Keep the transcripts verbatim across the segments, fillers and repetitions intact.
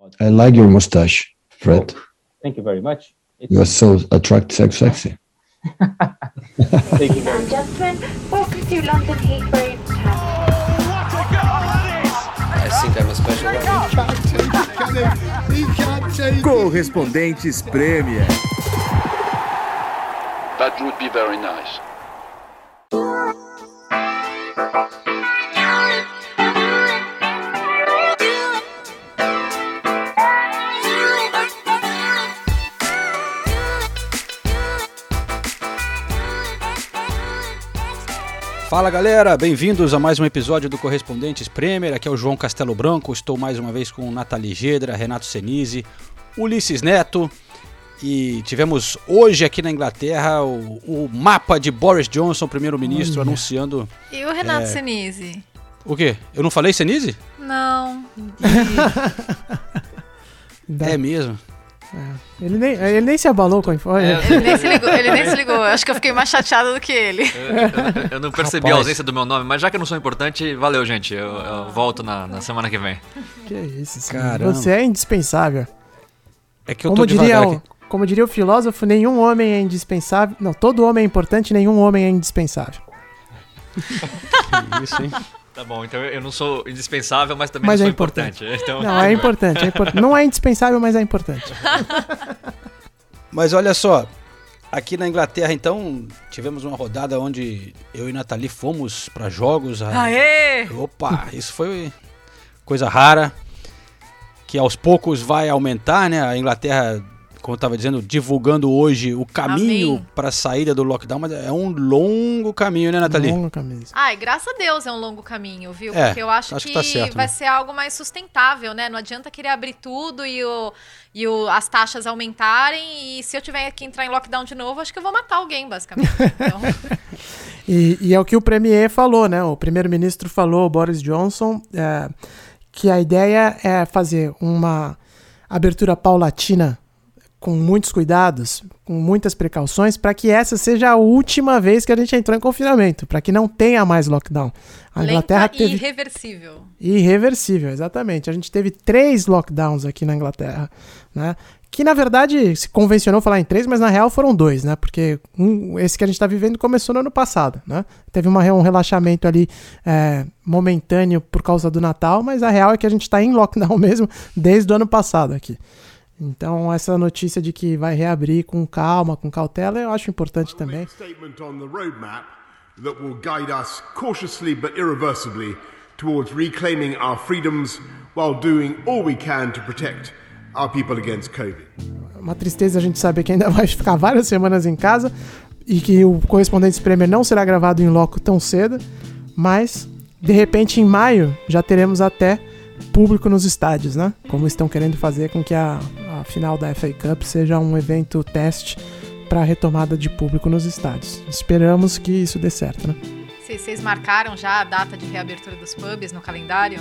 I like your mustache, Fred. Oh, thank you very much. It's... You are so attractive, sexy. Thank you very much. Gentlemen, welcome to London Heathrow. I think I'm a special one. Correspondentes Premier. That would be very nice. Fala galera, bem-vindos a mais um episódio do Correspondentes Premier. Aqui é o João Castelo Branco, estou mais uma vez com Nathalie Gedra, Renato Senise, Ulisses Neto e tivemos hoje aqui na Inglaterra o, o mapa de Boris Johnson, primeiro-ministro, Olha. anunciando... E o Renato é... Senise? O quê? Eu não falei Senise? Não. É mesmo? É. Ele, nem, ele nem se abalou com a informação. É, ele nem se ligou, ele nem se ligou. Acho que eu fiquei mais chateado do que ele. Eu, eu, eu não percebi Rapaz. a ausência do meu nome, mas já que eu não sou importante, valeu, gente. Eu, eu volto na, na semana que vem. Que isso, Caramba. Você é indispensável. É que eu como tô diria devagar o, aqui. Como diria o filósofo, nenhum homem é indispensável. Não, todo homem é importante, nenhum homem é indispensável. Que isso, hein? Tá bom, então eu não sou indispensável, mas também mas não é sou importante. importante. Então... Não, é importante, é importante. Não é indispensável, mas é importante. Mas olha só, aqui na Inglaterra, então, tivemos uma rodada onde eu e Nathalie fomos para jogos. A... Aê! Opa, isso foi coisa rara, que aos poucos vai aumentar, né? A Inglaterra, como eu estava dizendo, divulgando hoje o caminho para a saída do lockdown, mas é um longo caminho, né, Nathalie? Um longo caminho. Ai, graças a Deus é um longo caminho, viu? É, porque eu acho, acho que, que tá certo, vai né? ser algo mais sustentável, né? Não adianta querer abrir tudo e, o, e o, as taxas aumentarem e se eu tiver que entrar em lockdown de novo, acho que eu vou matar alguém, basicamente. Então... e, e é o que o Premier falou, né? O primeiro-ministro falou, o Boris Johnson, é, que a ideia é fazer uma abertura paulatina com muitos cuidados, com muitas precauções, para que essa seja a última vez que a gente entrou em confinamento, para que não tenha mais lockdown. A Inglaterra Lenta teve... e irreversível. Irreversível, exatamente. A gente teve três lockdowns aqui na Inglaterra, né? Que na verdade se convencionou falar em três, mas na real foram dois, né? Porque um, esse que a gente está vivendo começou no ano passado, né? Teve uma, um relaxamento ali é, momentâneo por causa do Natal, mas a real é que a gente está em lockdown mesmo desde o ano passado aqui. Então, essa notícia de que vai reabrir com calma, com cautela, eu acho importante também. That will guide us cautiously but irreversibly towards reclaiming our freedoms while doing all we can to protect our people against COVID. Uma tristeza a gente saber que ainda vai ficar várias semanas em casa e que o Correspondentes Premier não será gravado em loco tão cedo, mas de repente em maio já teremos até público nos estádios, né? Como estão querendo fazer com que a, a final da F A Cup seja um evento teste para a retomada de público nos estádios. Esperamos que isso dê certo, né? Vocês marcaram já a data de reabertura dos pubs no calendário?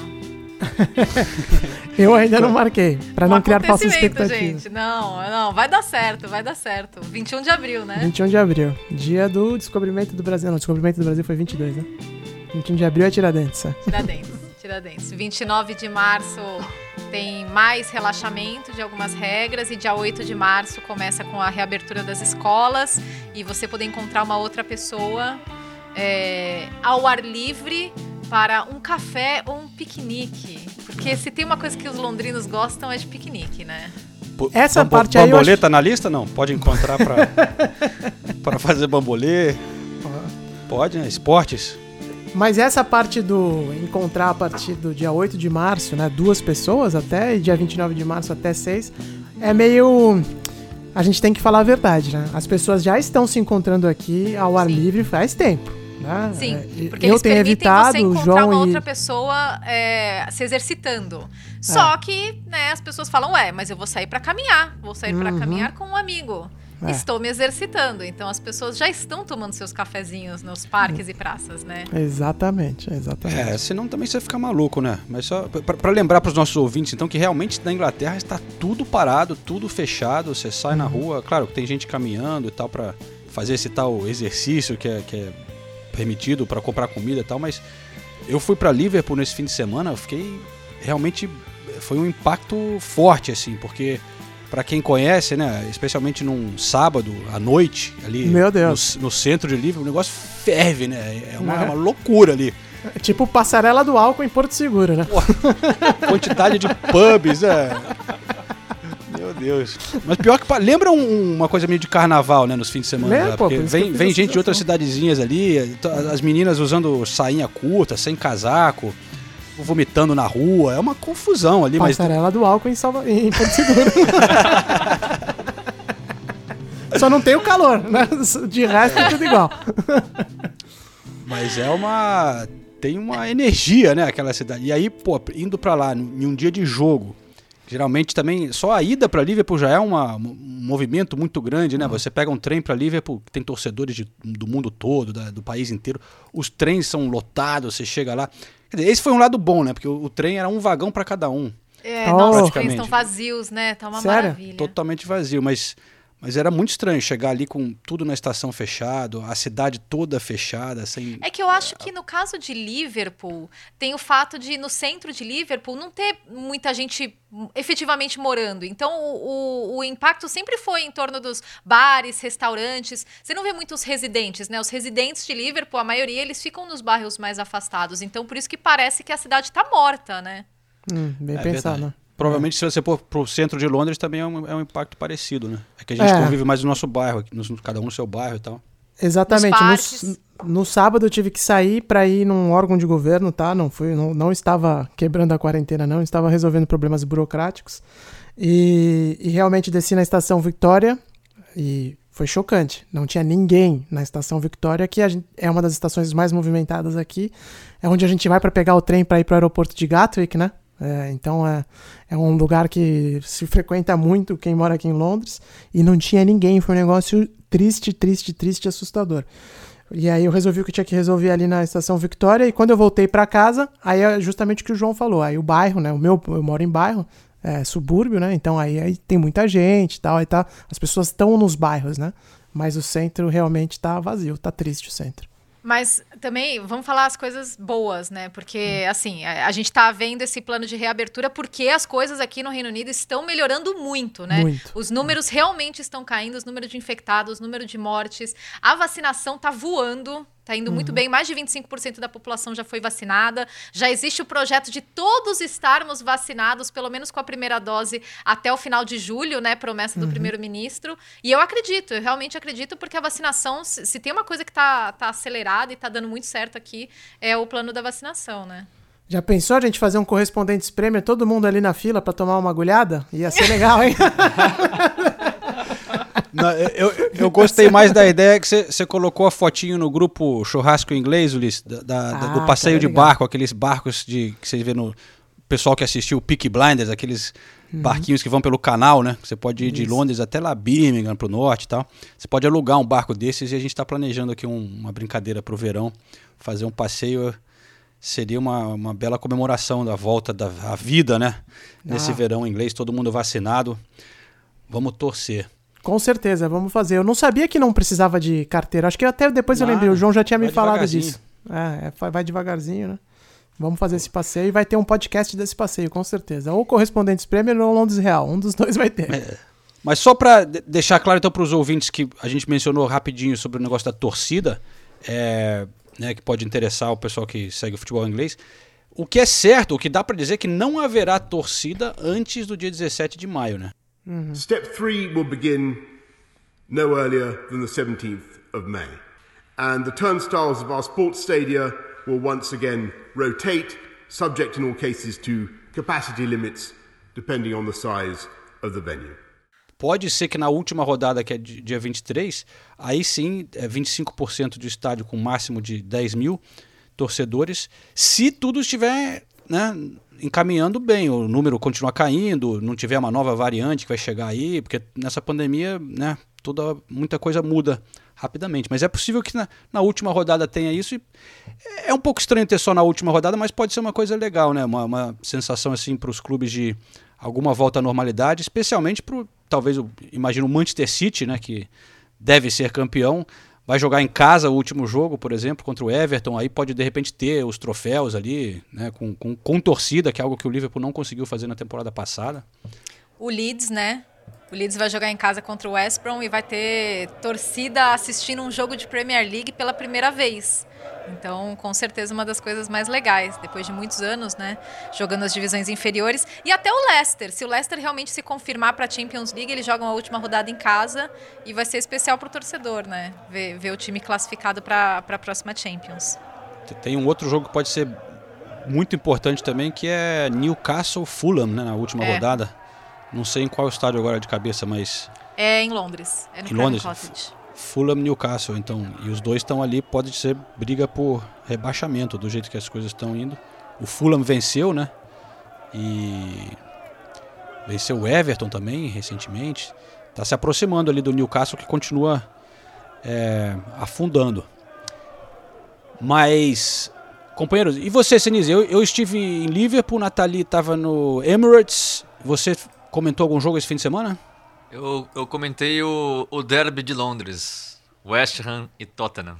Eu ainda não marquei, para um não criar falsas expectativas. Gente, não, não, vai dar certo, vai dar certo. vinte e um de abril, né? vinte e um de abril, dia do descobrimento do Brasil. Não, o descobrimento do Brasil foi vinte e dois, né? vinte e um de abril é Tiradentes. É. Tiradentes, Tiradentes. vinte e nove de março tem mais relaxamento de algumas regras e dia oito de março começa com a reabertura das escolas e você poder encontrar uma outra pessoa é, ao ar livre para um café ou um piquenique. Porque se tem uma coisa que os londrinos gostam é de piquenique, né? Essa Bambo, parte aí bambolê eu acho... tá na lista? Não, pode encontrar para para fazer bambolê. Pode, né? Esportes. Mas essa parte do encontrar a partir do dia oito de março, né, duas pessoas até, e dia vinte e nove de março até seis, é meio... A gente tem que falar a verdade, né? As pessoas já estão se encontrando aqui ao ar Sim. livre faz tempo, né? Sim, é, porque eu eles tenho permitem evitado, você encontrar João uma e... outra pessoa é, se exercitando. Só é. que, né, as pessoas falam, ué, mas eu vou sair pra caminhar, vou sair uhum. pra caminhar com um amigo. É. Estou me exercitando, então as pessoas já estão tomando seus cafezinhos nos parques e praças, né? Exatamente, exatamente. É, senão também você fica maluco, né? Mas só pra, pra lembrar pros nossos ouvintes, então, que realmente na Inglaterra está tudo parado, tudo fechado, você sai uhum. na rua, claro que tem gente caminhando e tal pra fazer esse tal exercício que é, que é permitido pra comprar comida e tal, mas eu fui pra Liverpool nesse fim de semana, eu fiquei realmente foi um impacto forte, assim, porque para quem conhece, né, especialmente num sábado à noite, ali Meu Deus. No, no centro de Liverpool, o negócio ferve, né? É uma, é uma loucura ali. É tipo passarela do álcool em Porto Seguro, né? Pô, quantidade de pubs, é. Meu Deus. Mas pior que. Lembra um, uma coisa meio de carnaval, né? Nos fins de semana. Lembra, né? pô, Porque por isso que vem, eu vem fiz gente de essa outras situação. cidadezinhas ali, as meninas usando sainha curta, sem casaco, vomitando na rua. É uma confusão ali, mas. Passarela do álcool em, Salva... em Porto Seguro. Só não tem o calor, né? De resto é tudo igual. Mas é uma. Tem uma energia, né? Aquela cidade. E aí, pô, indo pra lá em um dia de jogo. Geralmente também, só a ida para Liverpool já é uma, um movimento muito grande, né? Uhum. Você pega um trem para Liverpool, tem torcedores de, do mundo todo, da, do país inteiro. Os trens são lotados, você chega lá. Quer dizer, esse foi um lado bom, né? Porque o, o trem era um vagão para cada um. É, oh, nossa, os trens estão vazios, né? Tá uma Sério? maravilha. Totalmente vazio, mas... Mas era muito estranho chegar ali com tudo na estação fechado, a cidade toda fechada, sem... É que eu acho que no caso de Liverpool, tem o fato de no centro de Liverpool não ter muita gente efetivamente morando. Então o, o, o impacto sempre foi em torno dos bares, restaurantes. Você não vê muitos residentes, né? Os residentes de Liverpool, a maioria, eles ficam nos bairros mais afastados. Então por isso que parece que a cidade tá morta, né? Hum, bem é pensado, né? Provavelmente, se você for pro centro de Londres, também é um, é um impacto parecido, né? É que a gente é. convive mais no nosso bairro, aqui, no, cada um no seu bairro e tal. Exatamente. No, no sábado eu tive que sair para ir num órgão de governo, tá? Não, fui, não, não estava quebrando a quarentena, não. Estava resolvendo problemas burocráticos. E, e realmente desci na Estação Victoria e foi chocante. Não tinha ninguém na Estação Victoria, que a gente, é uma das estações mais movimentadas aqui. É onde a gente vai para pegar o trem para ir para o aeroporto de Gatwick, né? É, então é, é um lugar que se frequenta muito quem mora aqui em Londres, e não tinha ninguém, foi um negócio triste, triste, triste, assustador. E aí eu resolvi o que tinha que resolver ali na Estação Victoria, e quando eu voltei para casa, aí é justamente o que o João falou, aí o bairro, né, o meu, eu moro em bairro, é, subúrbio, né, então aí, aí tem muita gente e tal, aí tá, as pessoas estão nos bairros, né, mas o centro realmente tá vazio, tá triste o centro. Mas também, vamos falar as coisas boas, né? Porque, assim, a, a gente tá vendo esse plano de reabertura porque as coisas aqui no Reino Unido estão melhorando muito, né? Muito. Os números realmente estão caindo, os números de infectados, o número de mortes. A vacinação tá voando, tá indo uhum. muito bem. Mais de vinte e cinco por cento da população já foi vacinada. Já existe o projeto de todos estarmos vacinados, pelo menos com a primeira dose, até o final de julho, né? Promessa do uhum. primeiro-ministro. E eu acredito, eu realmente acredito, porque a vacinação, se, se tem uma coisa que tá, tá acelerada e tá dando muito certo aqui, é o plano da vacinação, né? Já pensou a gente fazer um Correspondentes Premier, todo mundo ali na fila pra tomar uma agulhada? Ia ser legal, hein? Não, eu, eu gostei mais da ideia que você colocou a fotinho no grupo Churrasco Inglês, Ulisses, da, da, ah, do passeio de barco, aqueles barcos de, que você vê no pessoal que assistiu o Peaky Blinders, aqueles uhum. barquinhos que vão pelo canal, né? Você pode ir de Isso. Londres até lá, Birmingham, pro norte e tal. Você pode alugar um barco desses, e a gente está planejando aqui um, uma brincadeira pro verão, fazer um passeio. Seria uma, uma bela comemoração da volta da a vida, né? Nesse ah. verão inglês, todo mundo vacinado. Vamos torcer. Com certeza, vamos fazer. Eu não sabia que não precisava de carteira. Acho que até depois não, eu lembrei. O João já tinha me falado disso. É, é, vai devagarzinho, né? Vamos fazer esse passeio e vai ter um podcast desse passeio, com certeza. Ou Correspondentes Premier ou Londres Real. Um dos dois vai ter. É. Mas só para deixar claro então para os ouvintes que a gente mencionou rapidinho sobre o negócio da torcida, é, né, que pode interessar o pessoal que segue o futebol inglês. O que é certo, o que dá para dizer é que não haverá torcida antes do dia dezessete de maio, né? Mm-hmm. Step three will begin no earlier than the seventeenth of May. And the turnstiles of our sports stadia will once again rotate, subject in all cases to capacity limits, depending on the size of the venue. Pode ser que na última rodada, que é dia vinte e três, aí sim é vinte e cinco por cento do estádio com máximo de dez mil torcedores, se tudo estiver, né, encaminhando bem, o número continuar caindo, não tiver uma nova variante que vai chegar aí, porque nessa pandemia, né, toda, muita coisa muda rapidamente. Mas é possível que na, na última rodada tenha isso. E é um pouco estranho ter só na última rodada, mas pode ser uma coisa legal, né? Uma, uma sensação assim para os clubes de alguma volta à normalidade, especialmente para, talvez, eu imagino o Manchester City, né, que deve ser campeão, vai jogar em casa o último jogo, por exemplo, contra o Everton, aí pode de repente ter os troféus ali, né, com, com, com torcida, que é algo que o Liverpool não conseguiu fazer na temporada passada. O Leeds, né? O Leeds vai jogar em casa contra o West Brom e vai ter torcida assistindo um jogo de Premier League pela primeira vez. Então, com certeza, uma das coisas mais legais, depois de muitos anos, né, jogando as divisões inferiores. E até o Leicester, se o Leicester realmente se confirmar para a Champions League, eles jogam a última rodada em casa e vai ser especial para o torcedor, né, ver, ver o time classificado para a próxima Champions. Tem um outro jogo que pode ser muito importante também, que é Newcastle-Fulham, né, na última É. rodada. Não sei em qual estádio agora de cabeça, mas... É em Londres, é no Em Craven Londres? Cottage. Fulham, Newcastle, então, e os dois estão ali, pode ser briga por rebaixamento, do jeito que as coisas estão indo. O Fulham venceu, né, e venceu o Everton também, recentemente. Está se aproximando ali do Newcastle, que continua é, afundando. Mas, companheiros, e você, Senise? Eu, eu estive em Liverpool, Nathalie estava no Emirates. Você comentou algum jogo esse fim de semana? Eu, eu comentei o, o derby de Londres, West Ham e Tottenham.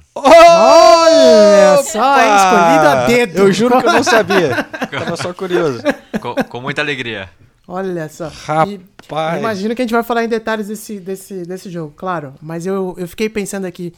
Olha só, é escolhido a dedo. Eu juro que eu não sabia. Tava só curioso. Com, com muita alegria. Olha só. Rapaz. E imagino que a gente vai falar em detalhes desse, desse, desse jogo, claro. Mas eu, eu fiquei pensando aqui,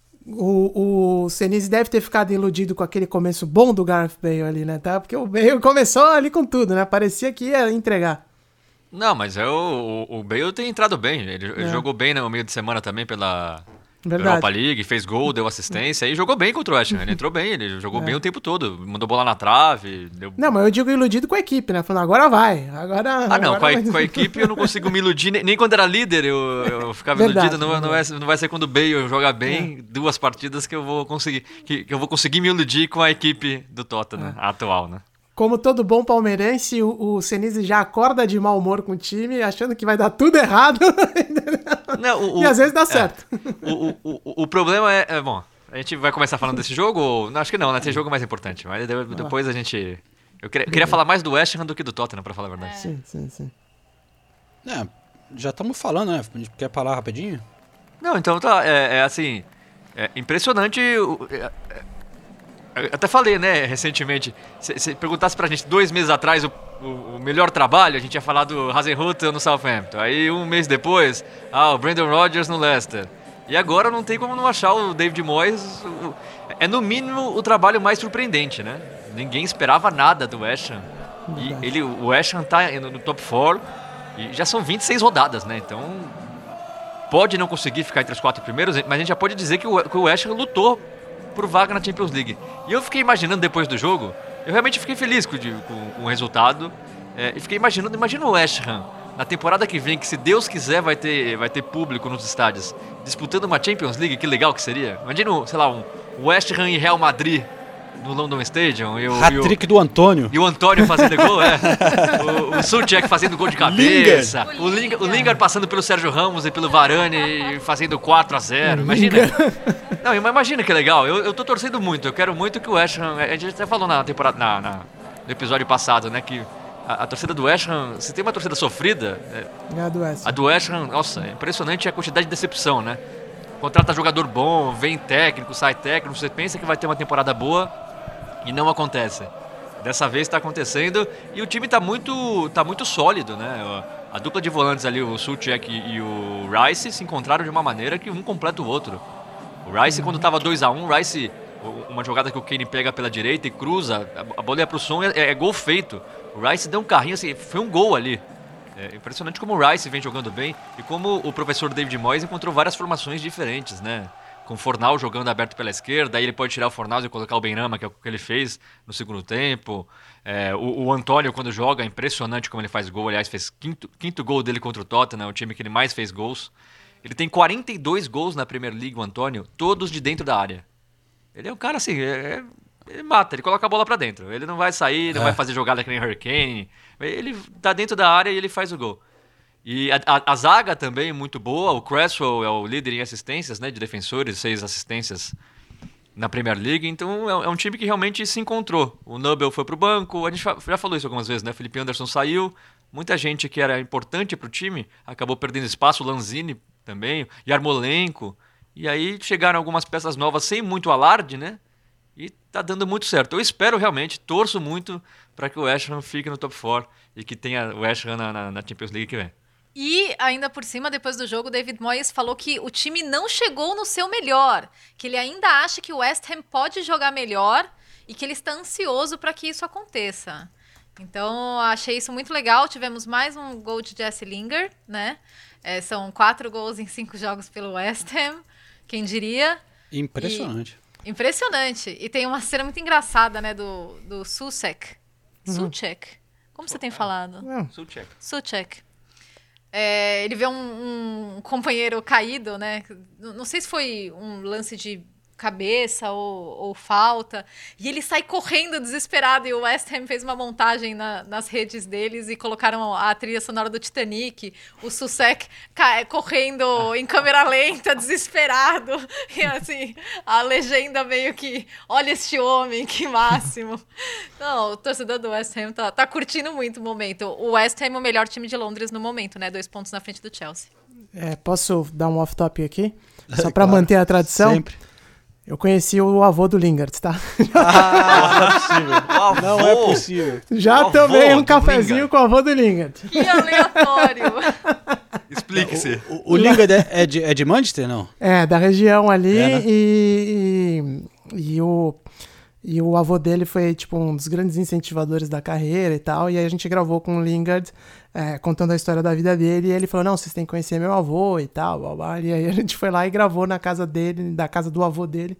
o, o Senise deve ter ficado iludido com aquele começo bom do Gareth Bale ali, né? Tá? Porque o Bale começou ali com tudo, né? Parecia que ia entregar. Não, mas é o, o Bale tem entrado bem. Ele, ele É. jogou bem no meio de semana também pela Verdade. Europa League, fez gol, deu assistência e jogou bem contra o West Ham. Ele entrou bem, ele jogou É. bem o tempo todo. Mandou bola na trave. Deu... Não, mas eu digo iludido com a equipe, né? Falando, agora vai. Agora, Ah, não, agora com a, vai. com a equipe eu não consigo me iludir. Nem, nem quando era líder eu, eu ficava Verdade, iludido. Não, não, é, não vai ser quando o Bale joga bem, É. duas partidas que eu vou conseguir que, que eu vou conseguir me iludir com a equipe do Tottenham, a atual, né? Como todo bom palmeirense, o, o Senise já acorda de mau humor com o time, achando que vai dar tudo errado. Não, o, E às vezes dá é, certo. O, o, o, o problema é, é, bom, a gente vai começar falando desse jogo? Ou, não, acho que não, né? Tem jogo mais importante. Mas de- depois a gente... Eu queria, eu queria falar mais do West Ham do que do Tottenham, pra falar a verdade. Sim, sim, sim. É, já estamos falando, né? A gente quer falar rapidinho? Não, então tá, é, é assim, é impressionante, o- é- é- eu até falei, né, recentemente, se, se perguntasse pra gente dois meses atrás o, o, o melhor trabalho, a gente ia falar do Hasenhüttl no Southampton, aí um mês depois, ah, o Brendan Rodgers no Leicester, e agora não tem como não achar o David Moyes, o- é no mínimo o trabalho mais surpreendente, né, ninguém esperava nada do West Ham, e ele, o West Ham tá no, no top quatro, e já são vinte e seis rodadas, né, então... Pode não conseguir ficar entre os quatro primeiros, mas a gente já pode dizer que o, que o West Ham lutou por vaga na Champions League. E eu fiquei imaginando depois do jogo, eu realmente fiquei feliz com, o de- com- com o resultado. É, e fiquei imaginando, imagina o West Ham na temporada que vem, que se Deus quiser vai ter, vai ter público nos estádios, disputando uma Champions League, que legal que seria. Imagina, sei lá, um West Ham e Real Madrid no London Stadium. E o, e o- Hat-trick do Antônio. e o Antônio fazendo gol, é. O, o Souček fazendo gol de cabeça. O Lingard, o Lingard passando pelo Sérgio Ramos e pelo Varane e fazendo quatro a zero. Imagina. Não, mas imagina que legal. Eu, eu tô torcendo muito. Eu quero muito que o West Ham... A gente até falou na temporada, na, na- no episódio passado, né? Que a, a torcida do West Ham... Se tem uma torcida sofrida... é, É a do West. a do West Ham, nossa, é impressionante a quantidade de decepção, né? Contrata jogador bom, vem técnico, sai técnico, você pensa que vai ter uma temporada boa e não acontece. Dessa vez está acontecendo e o time está muito, tá muito sólido, né? A dupla de volantes ali, o Souček e o Rice, se encontraram de uma maneira que um completa o outro. O Rice, quando estava dois a um, o Rice, uma jogada que o Kane pega pela direita e cruza, a bola ia pro som, é, é gol feito. O Rice deu um carrinho, assim, foi um gol ali. É impressionante como o Rice vem jogando bem e como o professor David Moyes encontrou várias formações diferentes, né? Com o Fornal jogando aberto pela esquerda, aí ele pode tirar o Fornal e colocar o Benrahma, que é o que ele fez no segundo tempo. É, o, o Antônio, quando joga, é impressionante como ele faz gol. Aliás, fez quinto, quinto gol dele contra o Tottenham, o time que ele mais fez gols. Ele tem quarenta e dois gols na Premier League, o Antônio, todos de dentro da área. Ele é um cara assim, é, é, ele mata, ele coloca a bola pra dentro. Ele não vai sair, não É. vai fazer jogada que nem Hurricane. Ele tá dentro da área e ele faz o gol. E a, a, a zaga também muito boa. O Cresswell é o líder em assistências, né, de defensores, seis assistências na Premier League. Então é, é um time que realmente se encontrou. O Nubel foi pro banco, a gente fa- já falou isso algumas vezes, né? Felipe Anderson saiu, muita gente que era importante pro time acabou perdendo espaço. O Lanzini também, Yarmolenko. E aí chegaram algumas peças novas sem muito alarde, né? E tá dando muito certo. Eu espero realmente, torço muito para que o West Ham fique no top quatro e que tenha o West Ham na, na, na Champions League que vem. E, ainda por cima, depois do jogo, o David Moyes falou que o time não chegou no seu melhor, que ele ainda acha que o West Ham pode jogar melhor e que ele está ansioso para que isso aconteça. Então, achei isso muito legal. Tivemos mais um gol de Jesse Lingard, né? É, são quatro gols em cinco jogos pelo West Ham, quem diria? Impressionante. E, impressionante. E tem uma cena muito engraçada, né, do, do Souček. Uhum. Souček. Como você tem falado? Souček. Souček. É, ele vê um, um companheiro caído, né? Não sei se foi um lance de cabeça ou, ou falta. E ele sai correndo desesperado. E o West Ham fez uma montagem na, nas redes deles e colocaram a trilha sonora do Titanic. O Souček correndo em câmera lenta, desesperado. E assim, a legenda meio que, olha este homem, que máximo. Não, o torcedor do West Ham tá, tá curtindo muito o momento. O West Ham é o melhor time de Londres no momento, né? Dois pontos na frente do Chelsea. É, posso dar um off-topic aqui? Só pra Claro, manter a tradição? Sempre. Eu conheci o avô do Lingard, tá? Ah, não é possível. Não é possível. Já O tomei avô um do cafezinho Lingard. com o avô do Lingard. Que aleatório! Explique-se. O, o Lingard é, é, de, é de Manchester, não? É, da região ali, É, né? e, e, e, o, e o avô dele foi, tipo, um dos grandes incentivadores da carreira e tal, e aí a gente gravou com o Lingard, é, contando a história da vida dele, e ele falou, não, vocês têm que conhecer meu avô e tal, blá, blá. E aí a gente foi lá e gravou na casa dele, da casa do avô dele,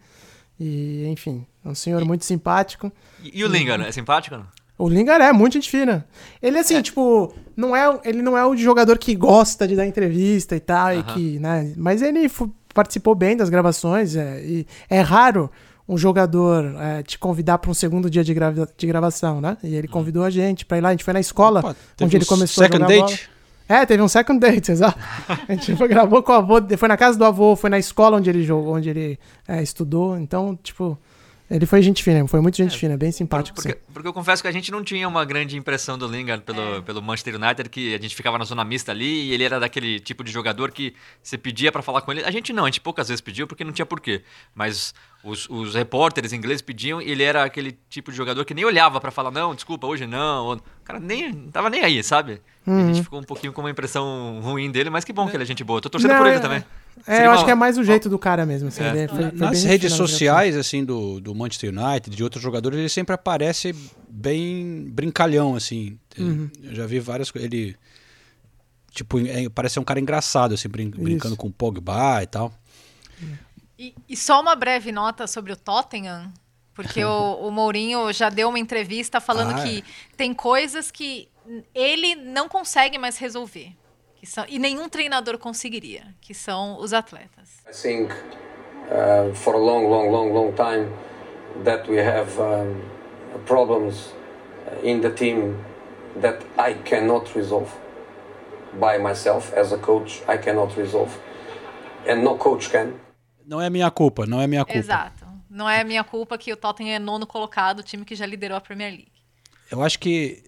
e enfim, é um senhor muito simpático. E, e o Lingard, é simpático? Não? O Lingard é muito gente fina. Ele, assim, É. tipo, não é, ele não é o jogador que gosta de dar entrevista e tal, e Aham. que, né, mas ele fu- participou bem das gravações, é, e é raro um jogador é, te convidar para um segundo dia de, grava- de gravação, né? E ele convidou a gente pra ir lá, a gente foi na escola, Opa, teve onde ele um começou a second jogar date? bola. É, teve um second date, exato. A gente foi, gravou com o avô, foi na casa do avô, foi na escola onde ele jogou, onde ele é, estudou, então, tipo, ele foi gente fina, foi muito gente fina, bem simpático, Porque, sim. porque eu confesso que a gente não tinha uma grande impressão do Lingard pelo, É. pelo Manchester United, que a gente ficava na zona mista ali e ele era daquele tipo de jogador que você pedia pra falar com ele. A gente não, a gente poucas vezes pediu porque não tinha porquê. Mas os, os repórteres ingleses pediam e ele era aquele tipo de jogador que nem olhava pra falar, não, desculpa, hoje não. Ou, o cara nem não tava nem aí, sabe? E a gente ficou um pouquinho com uma impressão ruim dele, mas que bom que ele é gente boa. Eu tô torcendo Não, por ele é- também. É, Seria eu uma- acho que é mais o jeito do cara mesmo, assim, É. ele foi, foi Nas bem redes gente fina, sociais, assim, do, do Manchester United, de outros jogadores, ele sempre aparece bem brincalhão, assim. Uhum. Eu já vi várias coisas. Ele, tipo, é, parece ser um cara engraçado, assim, brin- brincando com o Pogba e tal. E, e só uma breve nota sobre o Tottenham, porque o, o Mourinho já deu uma entrevista falando Ah, que é. tem coisas que ele não consegue mais resolver. Que são, e nenhum treinador conseguiria, que são os atletas. I think uh, for a long, long, long, long time that we have um, problems in the team that I cannot resolve by myself as a coach. I cannot resolve, and no coach can. Não é minha culpa, não é minha culpa. Exato. Não é minha culpa que o Tottenham é nono colocado, o time que já liderou a Premier League. Eu acho que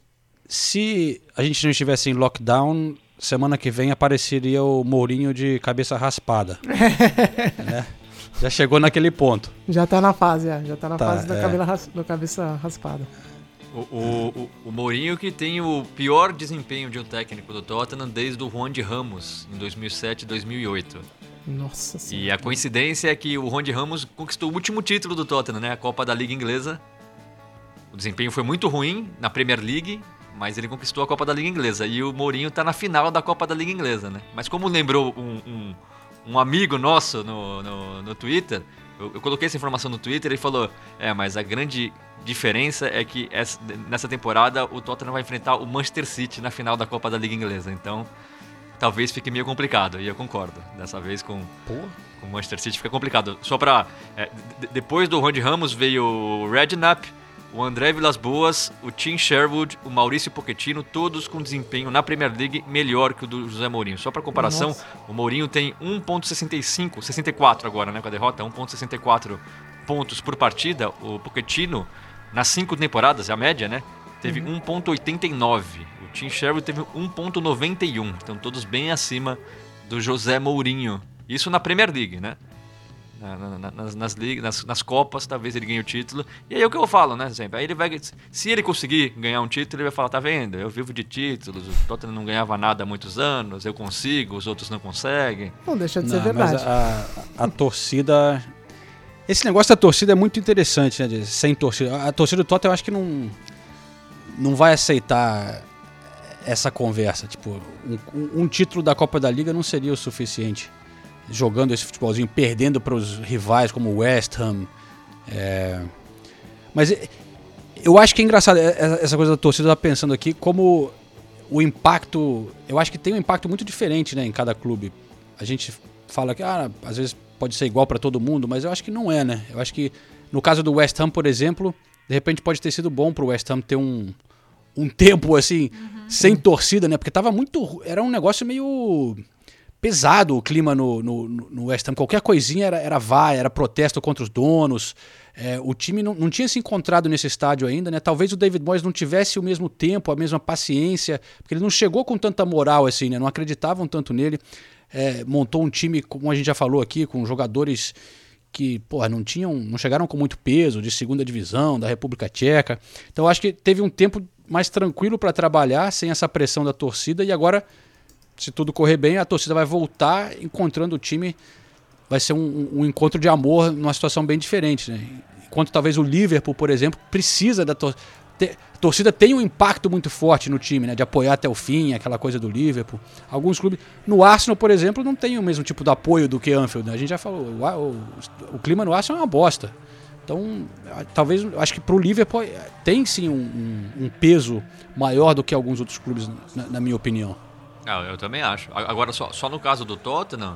se a gente não estivesse em lockdown, semana que vem apareceria o Mourinho de cabeça raspada. Né? Já chegou naquele ponto. Já tá na fase, é, já tá na Tá, fase da, é. cabela ras- da cabeça raspada. O, o, o, o Mourinho que tem o pior desempenho de um técnico do Tottenham desde o Juan de Ramos, em dois mil e sete, dois mil e oito. Nossa senhora. E a coincidência é que o Juan de Ramos conquistou o último título do Tottenham, né? A Copa da Liga Inglesa. O desempenho foi muito ruim na Premier League, mas ele conquistou a Copa da Liga Inglesa. E o Mourinho tá na final da Copa da Liga Inglesa, né? Mas como lembrou um, um, um amigo nosso no, no, no Twitter, eu, eu coloquei essa informação no Twitter e ele falou: é, mas a grande diferença é que essa, nessa temporada o Tottenham vai enfrentar o Manchester City na final da Copa da Liga Inglesa. Então, talvez fique meio complicado. E eu concordo. Dessa vez com, com o Manchester City fica complicado. Só pra... É, d- depois do Juan de Ramos veio o Redknapp, o André Villas-Boas, o Tim Sherwood, o Maurício Pochettino, todos com desempenho na Premier League melhor que o do José Mourinho. Só para comparação, Nossa. o Mourinho tem um vírgula sessenta e cinco, sessenta e quatro agora, né, com a derrota, um vírgula sessenta e quatro pontos por partida. O Pochettino, nas cinco temporadas, a média, né, teve um vírgula oitenta e nove. O Tim Sherwood teve um vírgula noventa e um. Então todos bem acima do José Mourinho. Isso na Premier League, né? Na, na, nas, nas, ligas, nas, nas Copas, talvez ele ganhe o título. E aí é o que eu falo, né? Sempre. Aí ele vai, se ele conseguir ganhar um título, ele vai falar, tá vendo? Eu vivo de títulos, o Tottenham não ganhava nada há muitos anos, eu consigo, os outros não conseguem. Não deixa de Não, ser verdade. Mas a, a torcida... Esse negócio da torcida é muito interessante, né? de- Sem torcida. A torcida do Tottenham eu acho que não, não vai aceitar essa conversa. Tipo, um, um- um título da Copa da Liga não seria o suficiente. Jogando esse futebolzinho, perdendo para os rivais como o West Ham. É, Mas é- eu acho que é engraçado é- é- essa coisa da torcida, eu tava pensando aqui, como o impacto... Eu acho que tem um impacto muito diferente, né, em cada clube. A gente fala que, ah, às vezes pode ser igual para todo mundo, mas eu acho que não é, né? Eu acho que, no caso do West Ham, por exemplo, de repente pode ter sido bom pro West Ham ter um, um tempo, assim, sem torcida, né? Porque tava muito... ru- Era um negócio meio pesado o clima no, no, no West Ham. Qualquer coisinha era, era vai, era protesto contra os donos. É, o time não, não tinha se encontrado nesse estádio ainda, né? Talvez o David Moyes não tivesse o mesmo tempo, a mesma paciência, porque ele não chegou com tanta moral, assim, né? Não acreditavam tanto nele. É, montou um time, como a gente já falou aqui, com jogadores que, porra, não tinham, não chegaram com muito peso, de segunda divisão, da República Tcheca. Então eu acho que teve um tempo mais tranquilo para trabalhar, sem essa pressão da torcida, e agora, se tudo correr bem, a torcida vai voltar encontrando o time, vai ser um, um encontro de amor numa situação bem diferente, né? Enquanto talvez o Liverpool, por exemplo, precisa da torcida. A torcida tem um impacto muito forte no time, né? De apoiar até o fim, aquela coisa do Liverpool. Alguns clubes... No Arsenal, por exemplo, não tem o mesmo tipo de apoio do que Anfield, né? A gente já falou, o, o, o clima no Arsenal é uma bosta. Então, talvez, acho que pro Liverpool tem sim um, um, um peso maior do que alguns outros clubes, na, na minha opinião. Ah, eu também acho. A- Agora, só, só no caso do Tottenham,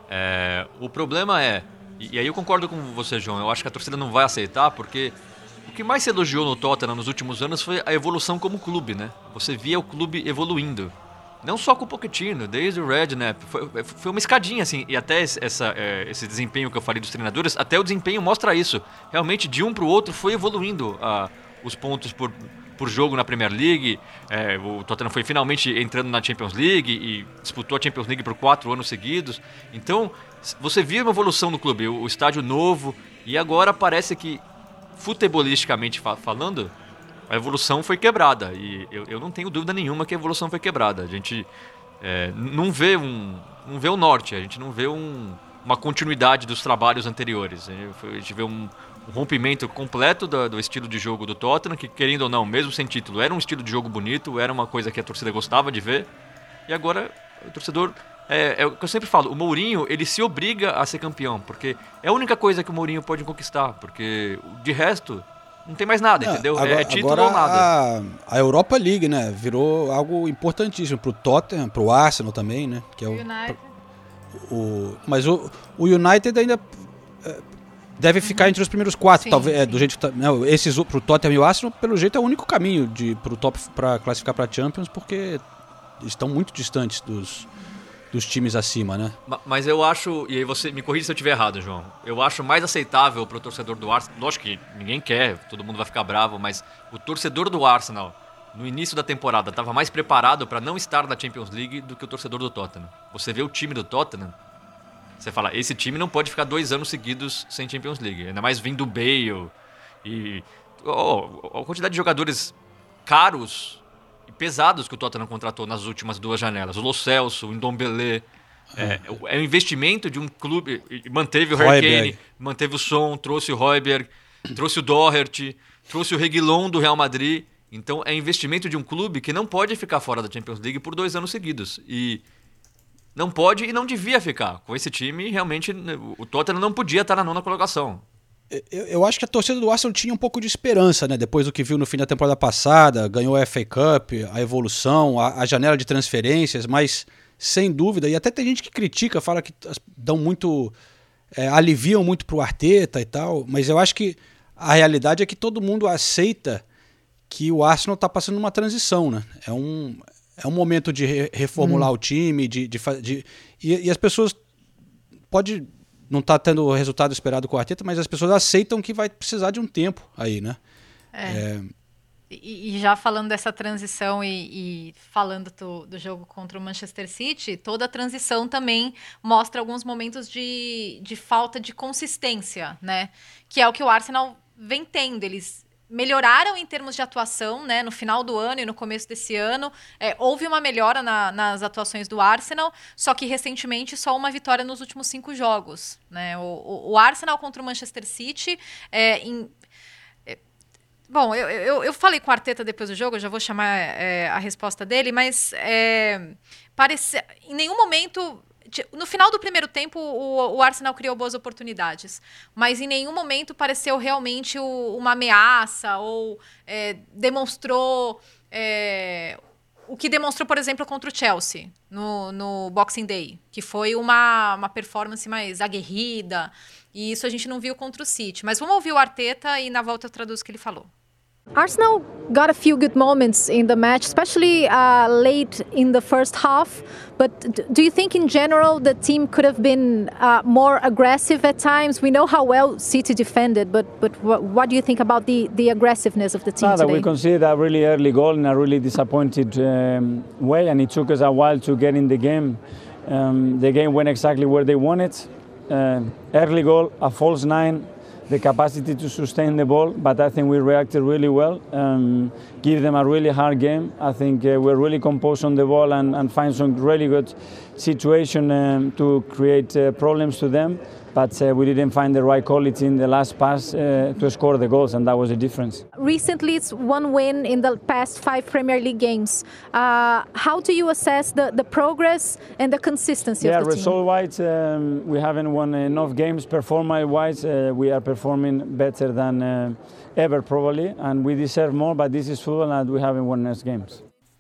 é, o problema é... E, e aí eu concordo com você, João. Eu acho que a torcida não vai aceitar, porque... O que mais se elogiou no Tottenham nos últimos anos foi a evolução como clube, né? Você via o clube evoluindo. Não só com o Pochettino, desde o Redknapp. Foi, foi uma escadinha, assim. E até esse, essa, é, esse desempenho que eu falei dos treinadores, até o desempenho mostra isso. Realmente, de um para o outro, foi evoluindo ah, os pontos por, por jogo na Premier League. É, o Tottenham foi finalmente entrando na Champions League e disputou a Champions League por quatro anos seguidos. Então, você via uma evolução no clube, o, o estádio novo. E agora parece que, futebolisticamente fa- falando, a evolução foi quebrada. E eu, eu não tenho dúvida nenhuma que a evolução foi quebrada. A gente é, não vê um, não vê o norte, a gente não vê um, uma continuidade dos trabalhos anteriores. A gente vê um, um rompimento completo do, do estilo de jogo do Tottenham, que, querendo ou não, mesmo sem título, era um estilo de jogo bonito, era uma coisa que a torcida gostava de ver. E agora o torcedor... É, é o que eu sempre falo, o Mourinho, ele se obriga a ser campeão, porque é a única coisa que o Mourinho pode conquistar, porque de resto não tem mais nada, É, entendeu? agora- é título agora ou nada. A, a Europa League, né, virou algo importantíssimo pro Tottenham, pro Arsenal também, né, que é o, United. o mas o, o United ainda é, deve ficar entre os primeiros quatro, Sim, talvez, é, sim. do jeito que tá, não, esses pro Tottenham e o Arsenal, pelo jeito é o único caminho de pro top para classificar para Champions, porque estão muito distantes dos dos times acima, né? Ma- Mas eu acho, e aí você me corrija se eu estiver errado, João, eu acho mais aceitável pro torcedor do Arsenal, lógico que ninguém quer, todo mundo vai ficar bravo, mas o torcedor do Arsenal, no início da temporada, estava mais preparado para não estar na Champions League do que o torcedor do Tottenham. Você vê o time do Tottenham, você fala, esse time não pode ficar dois anos seguidos sem Champions League, ainda mais vindo o Bale e oh, a quantidade de jogadores caros e pesados que o Tottenham contratou nas últimas duas janelas. O Lo Celso, o Ndombele. É, é um investimento de um clube. e Manteve o Harry Højbjerg. Kane, manteve o Son, trouxe o Højbjerg, trouxe o Doherty, trouxe o Reguilon do Real Madrid. Então é investimento de um clube que não pode ficar fora da Champions League por dois anos seguidos. E não pode e não devia ficar. Com esse time, realmente, o Tottenham não podia estar na nona colocação. Eu, eu acho que a torcida do Arsenal tinha um pouco de esperança, né? Depois do que viu no fim da temporada passada, ganhou a F A Cup, a evolução, a, a janela de transferências, mas sem dúvida, e até tem gente que critica, fala que as- dão muito, é, aliviam muito pro Arteta e tal, mas eu acho que a realidade é que todo mundo aceita que o Arsenal tá passando uma transição, né? É um, é um momento de re- reformular o time, de, de, fa- de e, e as pessoas pode não tá tendo o resultado esperado com o Arteta, mas as pessoas aceitam que vai precisar de um tempo aí, né? É. É, E, e já falando dessa transição e, e falando do, do jogo contra o Manchester City, toda a transição também mostra alguns momentos de, de falta de consistência, né? Que é o que o Arsenal vem tendo. Eles melhoraram em termos de atuação, né? No final do ano e no começo desse ano. É, houve uma melhora na, nas atuações do Arsenal, só que recentemente só uma vitória nos últimos cinco jogos, né? O, o, o Arsenal contra o Manchester City, é, em... Bom, eu, eu, eu falei com o Arteta depois do jogo, eu já vou chamar é, a resposta dele, mas é, parece, em nenhum momento... No final do primeiro tempo, o, o Arsenal criou boas oportunidades, mas em nenhum momento pareceu realmente o, uma ameaça ou é, demonstrou é, o que demonstrou, por exemplo, contra o Chelsea no, no Boxing Day, que foi uma, uma performance mais aguerrida, e isso a gente não viu contra o City. Mas vamos ouvir o Arteta e na volta eu traduzo o que ele falou. Arsenal got a few good moments in the match, especially uh, late in the first half. But do you think, in general, the team could have been uh, more aggressive at times? We know how well City defended, but but what, what do you think about the, the aggressiveness of the team no, today? We conceded a really early goal in a really disappointed um, way, and it took us a while to get in the game. Um, the game went exactly where they wanted. Uh, early goal, a false nine. The capacity to sustain the ball, but I think we reacted really well, um, give them a really hard game. I think uh, we're really composed on the ball and, and find some really good situation um, to create uh, problems to them, but uh, we didn't find the right quality in the last pass uh, to score the goals, and that was the difference. Recently, it's one win in the past five Premier League games. Uh, how do you assess the, the progress and the consistency yeah, of the team? result-wise, um, we haven't won enough games. Performance-wise, uh, we are performing better than uh, ever, probably, and we deserve more, but this is football and we haven't won enough games.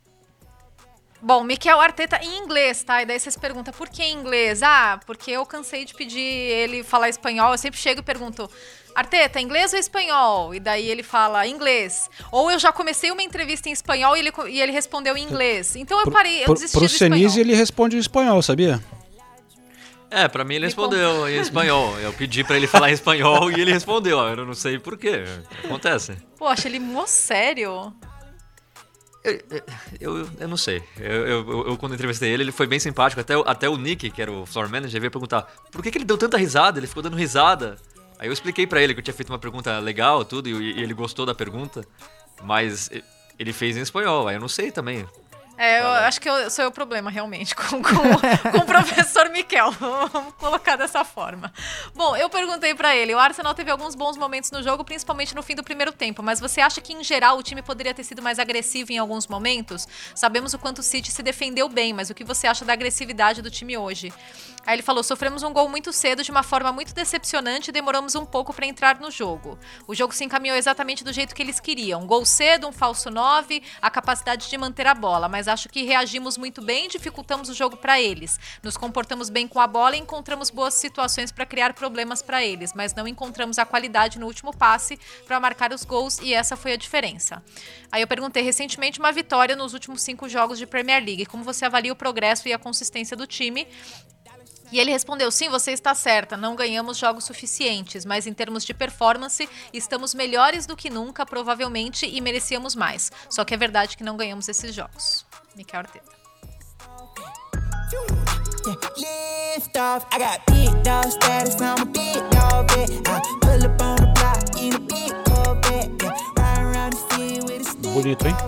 Bom, Mikel Arteta em inglês, tá? E daí vocês perguntam, por que em inglês? Ah, porque eu cansei de pedir ele falar espanhol. Eu sempre chego e pergunto, Arteta, inglês ou espanhol? E daí ele fala, inglês. Ou eu já comecei uma entrevista em espanhol e ele, e ele respondeu em inglês. Então eu parei, eu desisti pro do espanhol. Senise ele responde em espanhol, sabia? É, pra mim ele respondeu em espanhol. Eu pedi pra ele falar em espanhol e ele respondeu. Eu não sei por quê. Acontece. Poxa, ele mó sério. Eu, eu, eu não sei. Eu, eu, eu, quando entrevistei ele, ele foi bem simpático. Até, até o Nick, que era o floor manager, veio perguntar por que, que ele deu tanta risada? Ele ficou dando risada. Aí eu expliquei pra ele que eu tinha feito uma pergunta legal, tudo, e, e ele gostou da pergunta. Mas ele fez em espanhol. Aí eu não sei também. É, eu acho que eu, sou eu o problema, realmente, com, com, com o professor Mikel. Vamos colocar dessa forma. Bom, eu perguntei pra ele, o Arsenal teve alguns bons momentos no jogo, principalmente no fim do primeiro tempo, mas você acha que, em geral, o time poderia ter sido mais agressivo em alguns momentos? Sabemos o quanto o City se defendeu bem, mas o que você acha da agressividade do time hoje? Aí ele falou, sofremos um gol muito cedo, de uma forma muito decepcionante, e demoramos um pouco pra entrar no jogo. O jogo se encaminhou exatamente do jeito que eles queriam. Um gol cedo, um falso nove, a capacidade de manter a bola, mas acho que reagimos muito bem, dificultamos o jogo para eles. Nos comportamos bem com a bola e encontramos boas situações para criar problemas para eles, mas não encontramos a qualidade no último passe para marcar os gols e essa foi a diferença. Aí eu perguntei recentemente uma vitória nos últimos cinco jogos de Premier League. Como você avalia o progresso e a consistência do time? E ele respondeu, sim, você está certa, não ganhamos jogos suficientes, mas em termos de performance, estamos melhores do que nunca, provavelmente, e merecíamos mais. Só que é verdade que não ganhamos esses jogos. Mikel Arteta. Bonito, hein?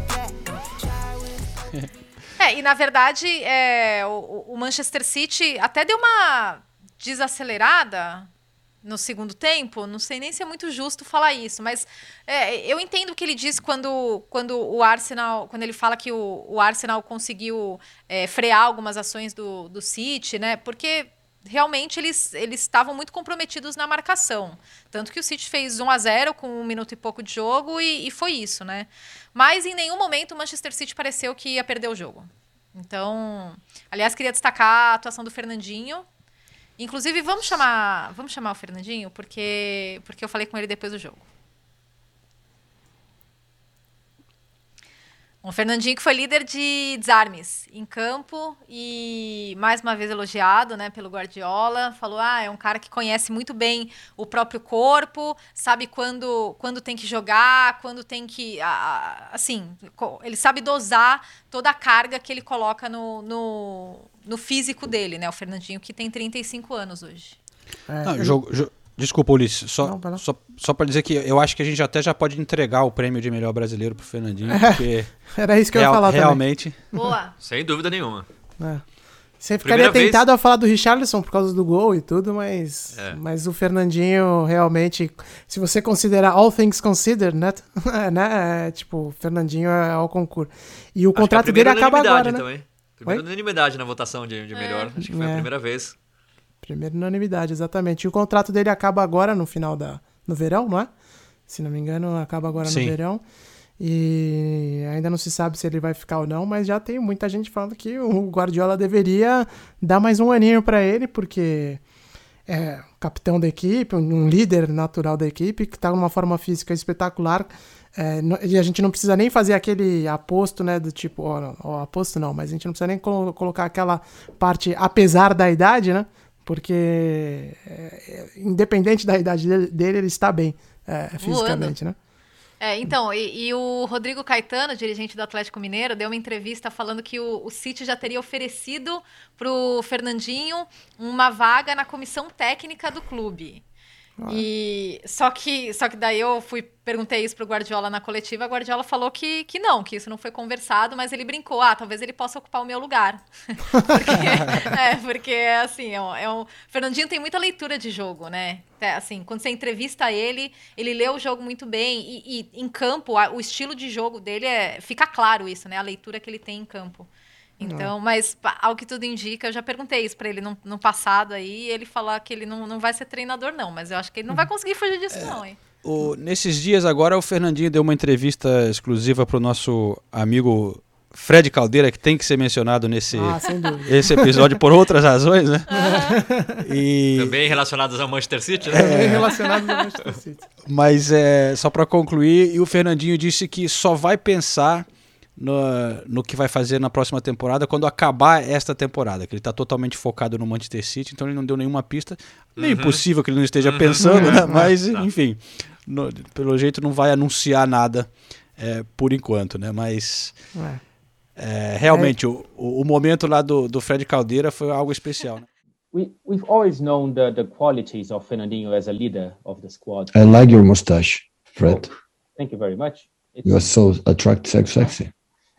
É, e na verdade, é, o, o Manchester City até deu uma desacelerada no segundo tempo. Não sei nem se é muito justo falar isso, mas é, eu entendo o que ele diz quando, quando o Arsenal, quando ele fala que o, o Arsenal conseguiu é, frear algumas ações do, do City, né? Porque realmente eles eles estavam muito comprometidos na marcação. Tanto que o City fez um a zero com um minuto e pouco de jogo e, e foi isso, né? Mas em nenhum momento o Manchester City pareceu que ia perder o jogo. Então, aliás, queria destacar a atuação do Fernandinho. Inclusive, vamos chamar, vamos chamar o Fernandinho, porque, porque eu falei com ele depois do jogo. O Fernandinho que foi líder de desarmes em campo e mais uma vez elogiado, né, pelo Guardiola. Falou, ah, é um cara que conhece muito bem o próprio corpo, sabe quando, quando tem que jogar, quando tem que... Assim, ele sabe dosar toda a carga que ele coloca no, no, no físico dele, né? O Fernandinho que tem trinta e cinco anos hoje. É, Não, jogo, jo... Desculpa, Ulisses, só, Não, só, só para dizer que eu acho que a gente até já pode entregar o prêmio de melhor brasileiro pro Fernandinho, porque... Era isso que eu real, ia falar realmente... também. Boa. Sem dúvida nenhuma. É. Você ficaria Primeira tentado vez... a falar do Richarlison por causa do gol e tudo, mas, é. mas o Fernandinho realmente, se você considerar all things considered, né? né? Tipo, o Fernandinho é ao concurso. E o acho contrato dele acaba agora, né? Também. Primeira Oi? unanimidade na votação de, de melhor, é. acho que foi é. a primeira vez. Primeira unanimidade, exatamente. E o contrato dele acaba agora no final da... no verão, não é? Se não me engano, acaba agora Sim. no verão. E ainda não se sabe se ele vai ficar ou não, mas já tem muita gente falando que o Guardiola deveria dar mais um aninho para ele, porque é capitão da equipe, um líder natural da equipe, que está numa forma física espetacular. É, e a gente não precisa nem fazer aquele aposto, né, do tipo, ó, ó, aposto não, mas a gente não precisa nem colo- colocar aquela parte apesar da idade, né? Porque é, independente da idade dele, dele ele está bem é, fisicamente, né? É, então, e, e o Rodrigo Caetano, dirigente do Atlético Mineiro, deu uma entrevista falando que o, o City já teria oferecido pro Fernandinho uma vaga na comissão técnica do clube. Ah. E só que, só que daí eu fui perguntei isso pro Guardiola na coletiva, a Guardiola falou que, que não, que isso não foi conversado, mas ele brincou, ah, talvez ele possa ocupar o meu lugar. porque, é, porque, assim, é um, é um... Fernandinho tem muita leitura de jogo, né? É, assim, quando você entrevista ele, ele lê o jogo muito bem e, e em campo, a, o estilo de jogo dele, é, fica claro isso, né? A leitura que ele tem em campo. Então, mas ao que tudo indica, eu já perguntei isso pra ele no, no passado aí, e ele falou que ele não, não vai ser treinador não, mas eu acho que ele não vai conseguir fugir disso é, não, hein? O, nesses dias agora o Fernandinho deu uma entrevista exclusiva pro nosso amigo Fred Caldeira, que tem que ser mencionado nesse ah, esse episódio por outras razões, né? Uhum. E... Também relacionados ao Manchester City, né? Também é... relacionados ao Manchester City. Mas é, só para concluir, e o Fernandinho disse que só vai pensar No, no que vai fazer na próxima temporada quando acabar esta temporada, que ele está totalmente focado no Manchester City, então ele não deu nenhuma pista, meio uhum. impossível que ele não esteja uhum. pensando, né? Mas tá. enfim, no, pelo jeito não vai anunciar nada é, por enquanto, né? Mas é. É, realmente é. O, o momento lá do, do Fred Caldeira foi algo especial, né? We, we've always known the, the qualities of Fernandinho as a leader of the squad. I like your mustache, Fred. Oh, thank you very much. It's... You are so attractive, sexy.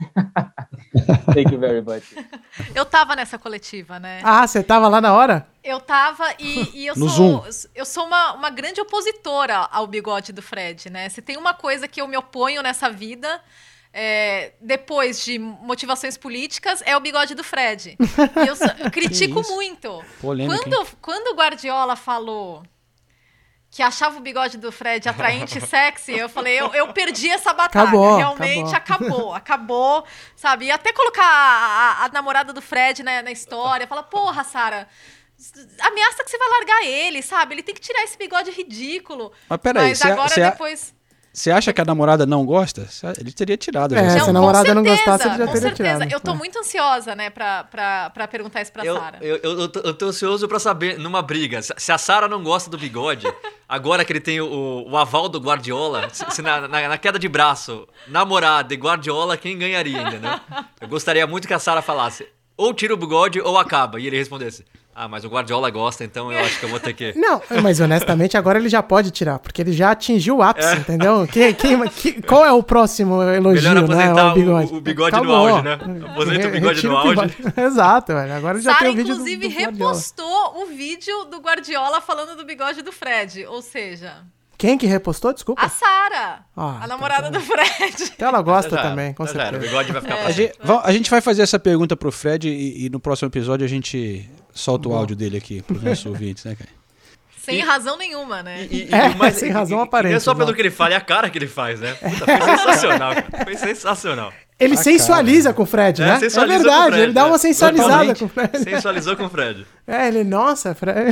Thank you very much. Eu tava nessa coletiva, né? Ah, você tava lá na hora? Eu tava e, e eu no sou, Zoom. eu sou uma, uma grande opositora ao bigode do Fred, né? Se tem uma coisa que eu me oponho nessa vida, é, depois de motivações políticas, é o bigode do Fred. E eu, sou, eu critico muito. Polêmica, quando, quando o Guardiola falou que achava o bigode do Fred atraente e sexy, eu falei, eu, eu perdi essa batalha. Acabou, Realmente acabou. acabou, acabou, sabe? E até colocar a, a, a namorada do Fred na, na história, fala, porra, Sara, ameaça que você vai largar ele, sabe? Ele tem que tirar esse bigode ridículo. Mas peraí, Mas agora cê, depois... Você acha que a namorada não gosta? Ele teria tirado. É, já. se a namorada não gostasse, ele já com teria certeza. tirado. Eu tô é. muito ansiosa, né, pra, pra, pra perguntar isso pra eu, Sara. Eu, eu, eu, tô, eu tô ansioso pra saber, numa briga, se a Sara não gosta do bigode, agora que ele tem o, o aval do Guardiola, se, se na, na, na queda de braço, namorada e Guardiola, quem ganharia, entendeu? Eu gostaria muito que a Sara falasse, ou tira o bigode ou acaba, e ele respondesse... Ah, mas o Guardiola gosta, então eu acho que eu vou ter que... Não, mas honestamente agora ele já pode tirar, porque ele já atingiu o ápice, é. entendeu? Quem, quem, que, qual é o próximo elogio, Melhor aposentar né? O bigode, o, o bigode no auge, né? Aposenta o bigode no auge. Bigode. Exato, velho. Agora já Sara, tem o vídeo inclusive, do, do repostou o vídeo do Guardiola falando do bigode do Fred, ou seja... Quem que repostou? Desculpa. A Sara, ah, a namorada tá, do Fred. Então ela gosta já, também, com já certeza. Era, o bigode vai ficar é. pra a, gente, a gente vai fazer essa pergunta pro Fred e, e no próximo episódio a gente solta o áudio dele aqui pros nossos ouvintes, né, cara? Sem e, razão nenhuma, né? E, e, é, mas, sem razão e, aparente. Não é só pelo não. que ele fala, é a cara que ele faz, né? Puta, foi sensacional, cara. Foi sensacional. Ele a sensualiza cara, com o Fred, né? É, é sensualizou verdade, com o Fred, ele dá uma né? sensualizada Totalmente. com o Fred. Sensualizou com o Fred. É, ele, nossa, Fred.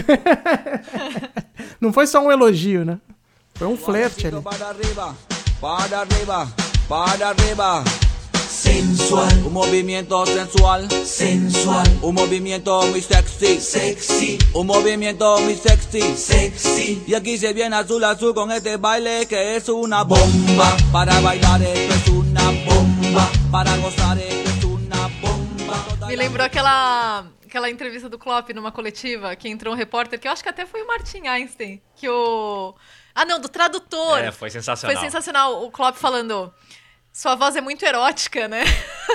Não foi só um elogio, né? Foi um flerte ali. Para arriba, para arriba, para arriba. sensual, un movimiento sensual, sensual, un movimiento muy sexy, sexy, un movimiento muy sexy, sexy. Y aquí se viene azul azul con este baile que es una bomba. Para bailar esto es una bomba, para gozar esto es una bomba. Me lembrou aquela, aquela entrevista do Klopp numa coletiva, que entrou um repórter, que eu acho que até foi o Martin Einstein, que o... Ah, não, do tradutor. É, foi sensacional. Foi sensacional o Klopp falando, sua voz é muito erótica, né?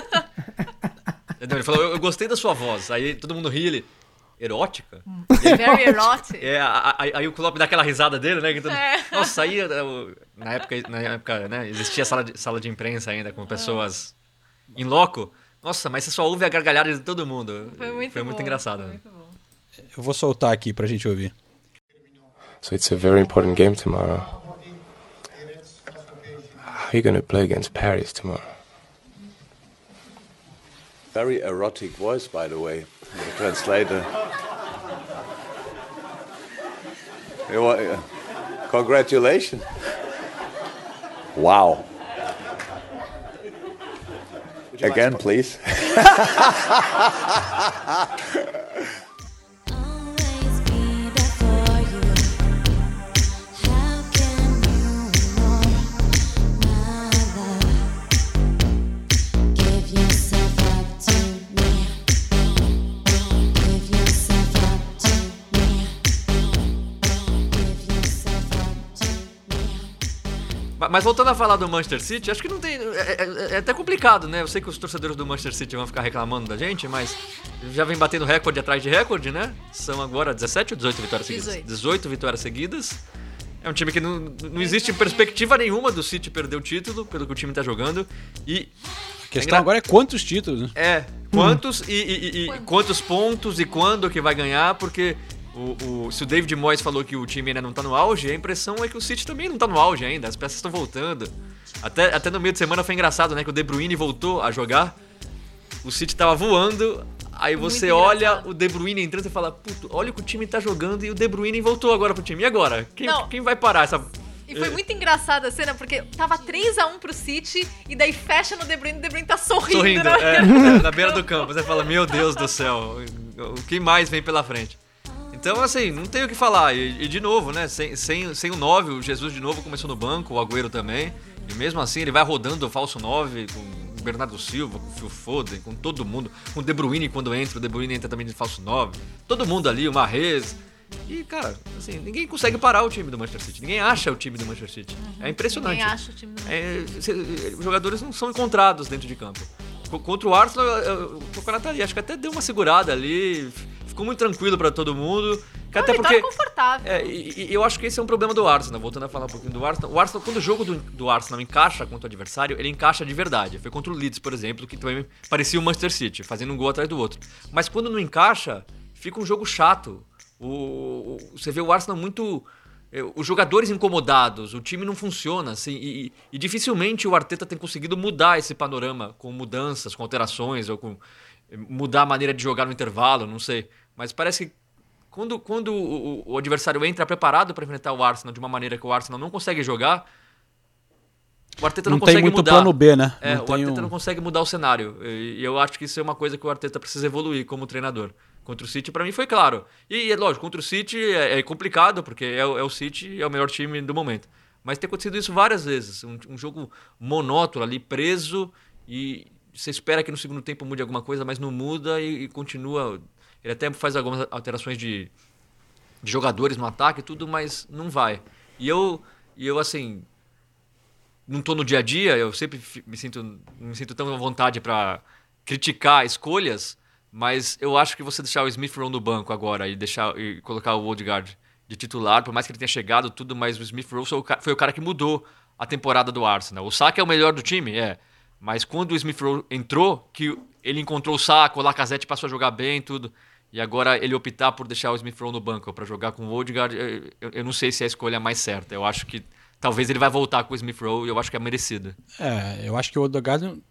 Ele falou, eu gostei da sua voz. Aí todo mundo ri, ele... Erótica? Very erotic. É, aí, aí o Klopp dá aquela risada dele, né? Que todo... É. Nossa, aí na época, na época né, existia sala de, sala de imprensa ainda com pessoas em loco. Nossa, mas você só ouve a gargalhada de todo mundo. Foi muito, Foi muito bom, engraçado. Foi né? muito bom. Eu vou soltar aqui pra gente ouvir. So it's a very important game tomorrow. How are you going to play against Paris tomorrow? Very erotic voice, by the way, the translator. Congratulations. Wow. Again, please. Mas voltando a falar do Manchester City, acho que não tem... É, é, é até complicado, né? Eu sei que os torcedores do Manchester City vão ficar reclamando da gente, mas já vem batendo recorde atrás de recorde, né? São agora dezessete ou dezoito vitórias seguidas? dezoito. dezoito vitórias seguidas. É um time que não, não existe perspectiva nenhuma do City perder o título, pelo que o time tá jogando. E a questão é engra... agora é quantos títulos, né? É, quantos hum. e, e, e quantos pontos e quando que vai ganhar, porque... O, o, se o David Moyes falou que o time ainda não tá no auge, a impressão é que o City também não tá no auge ainda, as peças estão voltando. Até, até no meio de semana foi engraçado, né? Que o De Bruyne voltou a jogar, o City tava voando, aí você olha o De Bruyne entrando e fala, puto, olha o que o time tá jogando e o De Bruyne voltou agora pro time. E agora? Quem, quem vai parar essa... E foi muito engraçada a cena, porque tava três a um pro City, e daí fecha no De Bruyne, o De Bruyne tá sorrindo. Sorrindo, na, é, na beira do campo. Você fala, meu Deus do céu, o que mais vem pela frente? Então, assim, não tem o que falar. E, e de novo, né? Sem, sem, sem o nove, o Jesus de novo começou no banco, o Agüero também. E mesmo assim, ele vai rodando o falso nove com o Bernardo Silva, com o Phil Foden, com todo mundo. Com o De Bruyne quando entra, o De Bruyne entra também de falso nove. Todo mundo ali, o Mahrez. E, cara, assim, ninguém consegue parar o time do Manchester City. Ninguém acha o time do Manchester City. Uhum. É impressionante. Ninguém acha o time do Manchester City. É, os jogadores não são encontrados dentro de campo. Contra o Arsenal, eu tô com a Nathalie, acho que até deu uma segurada ali, ficou muito tranquilo pra todo mundo. Que não, até ele porque, tá confortável. É, e, e eu acho que esse é um problema do Arsenal, voltando a falar um pouquinho do Arsenal. O Arsenal, quando o jogo do, do Arsenal encaixa contra o adversário, ele encaixa de verdade. Foi contra o Leeds, por exemplo, que também parecia o Manchester City, fazendo um gol atrás do outro. Mas quando não encaixa, fica um jogo chato. O, o, você vê o Arsenal muito... Os jogadores incomodados, o time não funciona, assim, e, e dificilmente o Arteta tem conseguido mudar esse panorama com mudanças, com alterações, ou com mudar a maneira de jogar no intervalo, não sei. Mas parece que quando, quando o, o adversário entra preparado para enfrentar o Arsenal de uma maneira que o Arsenal não consegue jogar, o Arteta não, não consegue mudar. Não tem muito plano B, né? É, não o Arteta um... não consegue mudar o cenário. E, e eu acho que isso é uma coisa que o Arteta precisa evoluir como treinador. Contra o City, pra mim, foi claro. E, é lógico, contra o City é, é complicado, porque é, é o City, é o melhor time do momento. Mas tem acontecido isso várias vezes. Um, um jogo monótono ali, preso, e você espera que no segundo tempo mude alguma coisa, mas não muda e, e continua... Ele até faz algumas alterações de, de jogadores no ataque e tudo, mas não vai. E eu, e eu assim... Não tô no dia a dia, eu sempre me sinto, não me sinto tão à vontade pra criticar escolhas... Mas eu acho que você deixar o Smith Rowe no banco agora e, deixar, e colocar o Odegaard de titular, por mais que ele tenha chegado tudo, mas o Smith Rowe foi o cara que mudou a temporada do Arsenal. O Saka é o melhor do time, é. Mas quando o Smith Rowe entrou, que ele encontrou o Saka, o Lacazette passou a jogar bem tudo, e agora ele optar por deixar o Smith Rowe no banco para jogar com o Odegaard, eu, eu não sei se é a escolha mais certa. Eu acho que talvez ele vai voltar com o Smith Rowe e eu acho que é merecido. É, eu acho que o Odegaard...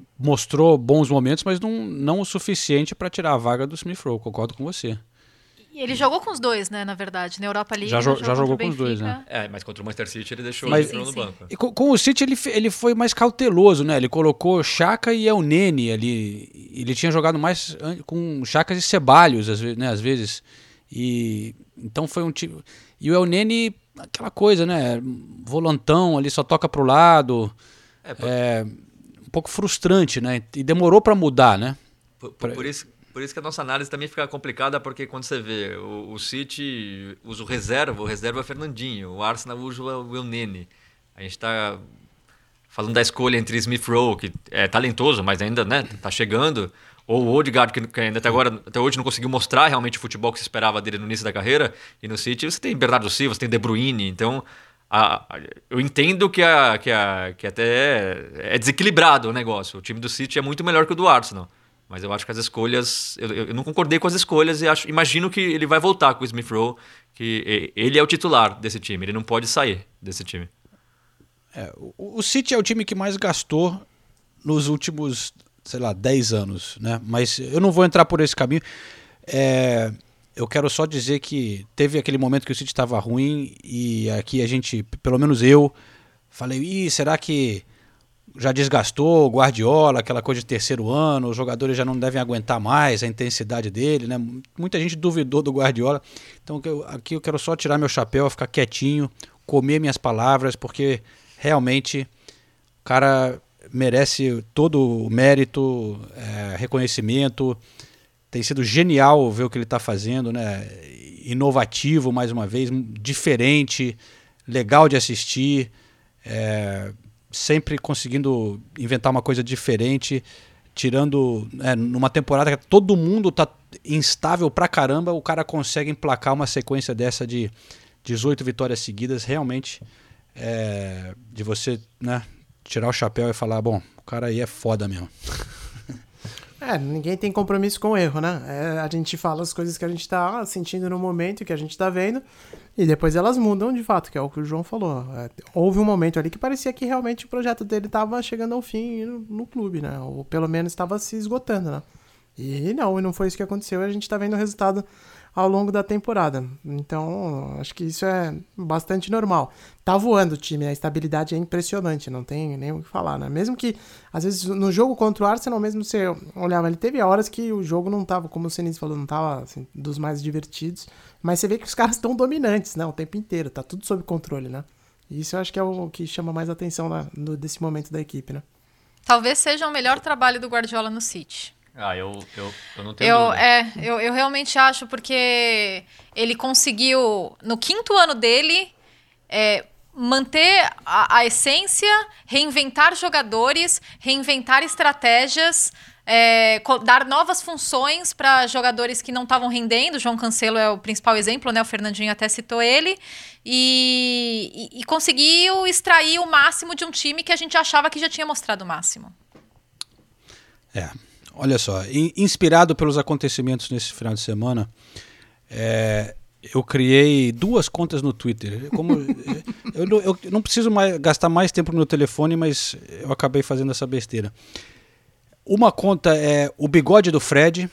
mostrou bons momentos, mas não, não o suficiente para tirar a vaga do Smith Rowe, concordo com você. E ele jogou com os dois, né, na verdade. Na Europa League já, jo- já jogou com os dois, né? É, mas contra o Manchester City ele deixou mas, o no banco. E com, com o City ele, ele foi mais cauteloso, né? Ele colocou Xhaka e El Neni ali. Ele tinha jogado mais com Xhaka e Ceballos, às vezes, né? Às vezes. E então foi um time. E o El Neni, aquela coisa, né? Volantão ali, só toca pro lado. É, por... é um pouco frustrante, né? E demorou para mudar, né? Por, por, por isso. Por isso que a nossa análise também fica complicada, porque quando você vê o, o City usa o reserva, o reserva é o Fernandinho, o Arsenal usa o El Neni. A gente está falando da escolha entre Smith Rowe, que é talentoso, mas ainda né, tá chegando, ou o Odegaard, que, que ainda até, agora, até hoje não conseguiu mostrar realmente o futebol que se esperava dele no início da carreira, e no City você tem Bernardo Silva, você tem De Bruyne, então a, a, eu entendo que, a, que, a, que até é, é desequilibrado o negócio. O time do City é muito melhor que o do Arsenal. Mas eu acho que as escolhas... Eu, eu não concordei com as escolhas e acho, imagino que ele vai voltar com o Smith Rowe, que ele é o titular desse time, ele não pode sair desse time. É, o, o City é o time que mais gastou nos últimos, sei lá, dez anos, né? Mas eu não vou entrar por esse caminho. É, eu quero só dizer que teve aquele momento que o City estava ruim e aqui a gente, pelo menos eu, falei, Ih, será que... já desgastou o Guardiola, aquela coisa de terceiro ano, os jogadores já não devem aguentar mais a intensidade dele, né? Muita gente duvidou do Guardiola. Então eu, aqui eu quero só tirar meu chapéu, ficar quietinho, comer minhas palavras, porque realmente o cara merece todo o mérito, é, reconhecimento. Tem sido genial ver o que ele está fazendo, né? Inovativo, mais uma vez, diferente, legal de assistir, é, sempre conseguindo inventar uma coisa diferente, tirando, é, numa temporada que todo mundo tá instável pra caramba, o cara consegue emplacar uma sequência dessa de dezoito vitórias seguidas, realmente, é, de você, né, tirar o chapéu e falar, bom, o cara aí é foda mesmo. É, ninguém tem compromisso com o erro, né? É, a gente fala as coisas que a gente tá sentindo no momento, que a gente tá vendo, e depois elas mudam de fato, que é o que o João falou. É, houve um momento ali que parecia que realmente o projeto dele tava chegando ao fim no, no clube, né? Ou pelo menos estava se esgotando, né? E não, e não foi isso que aconteceu, e a gente tá vendo o resultado ao longo da temporada. Então, acho que isso é bastante normal. Tá voando o time, a estabilidade é impressionante, não tem nem o que falar, né? Mesmo que, às vezes, no jogo contra o Arsenal, mesmo você olhava, ele teve horas que o jogo não tava, como o Senise falou, não tava assim, dos mais divertidos, mas você vê que os caras estão dominantes, né? O tempo inteiro, tá tudo sob controle, né? E isso eu acho que é o que chama mais atenção na, no, desse momento da equipe, né? Talvez seja o melhor trabalho do Guardiola no City. Ah, eu, eu, eu não tenho eu, dúvida. É, eu, eu realmente acho, porque ele conseguiu, no quinto ano dele, é, manter a, a essência, reinventar jogadores, reinventar estratégias, é, dar novas funções para jogadores que não estavam rendendo. O João Cancelo é o principal exemplo, né? O Fernandinho até citou ele. E, e, e conseguiu extrair o máximo de um time que a gente achava que já tinha mostrado o máximo. É. Olha só, inspirado pelos acontecimentos nesse final de semana, é, eu criei duas contas no Twitter. Como, eu, eu, eu não preciso mais, gastar mais tempo no meu telefone, mas eu acabei fazendo essa besteira. Uma conta é o Bigode do Fred.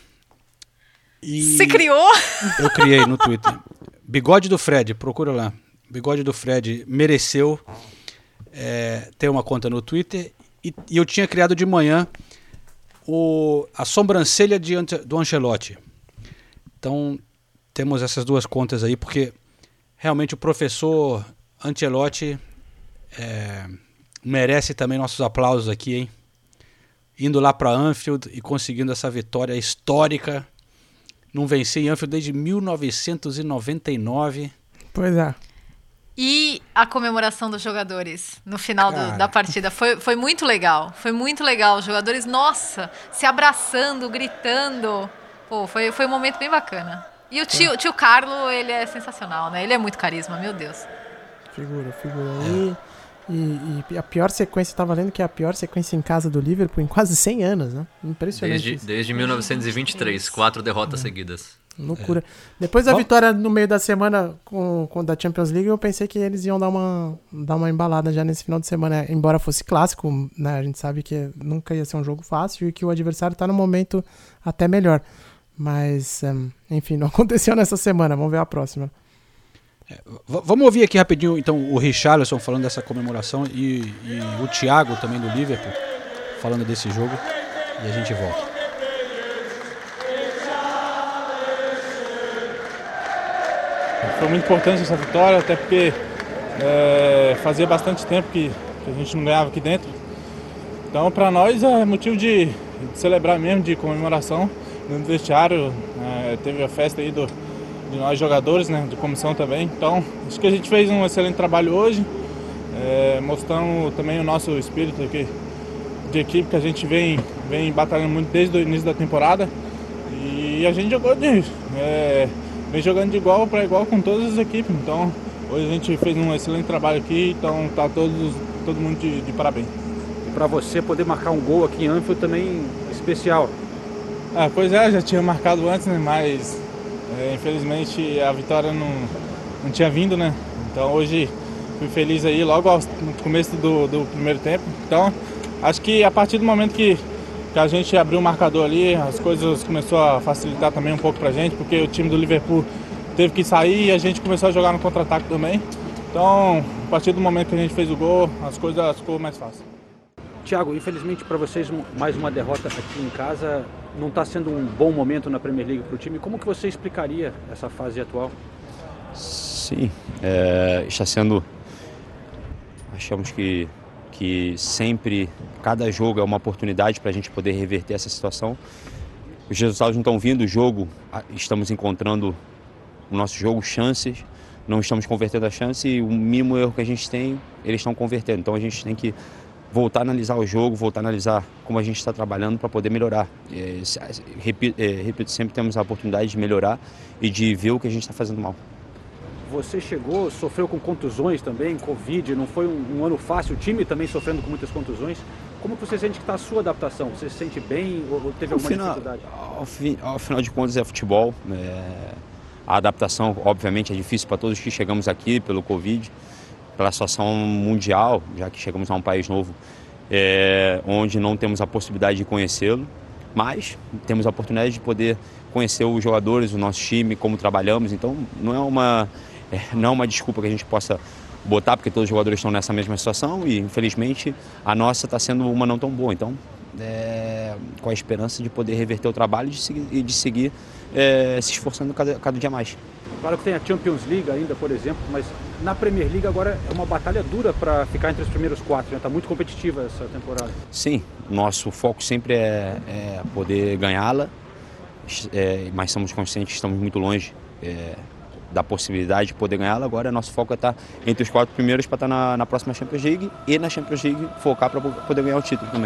E você criou? Eu criei no Twitter. Bigode do Fred, procura lá. Bigode do Fred mereceu é, ter uma conta no Twitter. E, e eu tinha criado de manhã O, a sobrancelha de, do Ancelotti. Então temos essas duas contas aí, porque realmente o professor Ancelotti é, merece também nossos aplausos aqui, hein? Indo lá para Anfield e conseguindo essa vitória histórica. Não venci em Anfield desde mil novecentos e noventa e nove. Pois é. E a comemoração dos jogadores no final do, da partida foi, foi muito legal. Foi muito legal. Os jogadores, nossa, se abraçando, gritando. Pô, foi, foi um momento bem bacana. E o tio, tio Carlo, ele é sensacional, né? Ele é muito carisma, meu Deus. Figura, figura. E, e, e a pior sequência, tava lendo que é a pior sequência em casa do Liverpool em quase cem anos, né? Impressionante. Desde, desde mil novecentos e vinte e três, quatro derrotas é. seguidas. Loucura. É. Depois da Bom, vitória no meio da semana com, com da Champions League, eu pensei que eles iam dar uma, dar uma embalada já nesse final de semana. Embora fosse clássico, né? A gente sabe que nunca ia ser um jogo fácil e que o adversário tá no momento até melhor. Mas, um, enfim, não aconteceu nessa semana. Vamos ver a próxima. É, v- vamos ouvir aqui rapidinho, então, o Richarlison falando dessa comemoração e, e o Thiago também do Liverpool falando desse jogo. E a gente volta. Foi muito importante essa vitória, até porque é, fazia bastante tempo que, que a gente não ganhava aqui dentro. Então, para nós é motivo de, de celebrar mesmo, de comemoração. No vestiário, é, teve a festa aí do, de nós jogadores, né, de comissão também. Então, acho que a gente fez um excelente trabalho hoje, é, mostrando também o nosso espírito aqui de equipe, que a gente vem, vem batalhando muito desde o início da temporada. E a gente jogou de... É, vem jogando de igual para igual com todas as equipes. Então, hoje a gente fez um excelente trabalho aqui, então tá todos, todo mundo de, de parabéns. E para você poder marcar um gol aqui em Anfield também especial. Ah, pois é, já tinha marcado antes, né? Mas é, infelizmente a vitória não, não tinha vindo, né? Então hoje fui feliz aí logo ao, no começo do, do primeiro tempo. Então acho que a partir do momento que, que a gente abriu o marcador ali, as coisas começaram a facilitar também um pouco pra gente, porque o time do Liverpool teve que sair e a gente começou a jogar no contra-ataque também. Então, a partir do momento que a gente fez o gol, as coisas ficou mais fácil. Thiago, infelizmente para vocês mais uma derrota aqui em casa. Não está sendo um bom momento na Premier League para o time. Como que você explicaria essa fase atual? Sim, é, está sendo... Achamos que, que sempre, cada jogo é uma oportunidade para a gente poder reverter essa situação. Os resultados não estão vindo, o jogo, estamos encontrando o nosso jogo, chances, não estamos convertendo a chance e o mínimo erro que a gente tem, eles estão convertendo. Então a gente tem que voltar a analisar o jogo, voltar a analisar como a gente está trabalhando para poder melhorar. É, repito, é, repito, sempre temos a oportunidade de melhorar e de ver o que a gente está fazendo mal. Você chegou, sofreu com contusões também, Covid, não foi um, um ano fácil, o time também sofrendo com muitas contusões. Como que você sente que está a sua adaptação? Você se sente bem ou teve alguma final, dificuldade? Ao, fi, ao final de contas é futebol. É, a adaptação, obviamente, é difícil para todos que chegamos aqui pelo Covid, pela situação mundial, já que chegamos a um país novo, é, onde não temos a possibilidade de conhecê-lo, mas temos a oportunidade de poder conhecer os jogadores, o nosso time, como trabalhamos. Então não é uma, é, não é uma desculpa que a gente possa botar, porque todos os jogadores estão nessa mesma situação e infelizmente a nossa está sendo uma não tão boa. Então, é, com a esperança de poder reverter o trabalho e de seguir, de seguir é, se esforçando cada, cada dia mais. Claro que tem a Champions League ainda, por exemplo, mas na Premier League agora é uma batalha dura para ficar entre os primeiros quatro, está muito competitiva essa temporada. Sim, nosso foco sempre é, é poder ganhá-la, é, mas somos conscientes que estamos muito longe é, da possibilidade de poder ganhá-la. Agora nosso foco é estar entre os quatro primeiros para estar na, na próxima Champions League e na Champions League focar para poder ganhar o título também.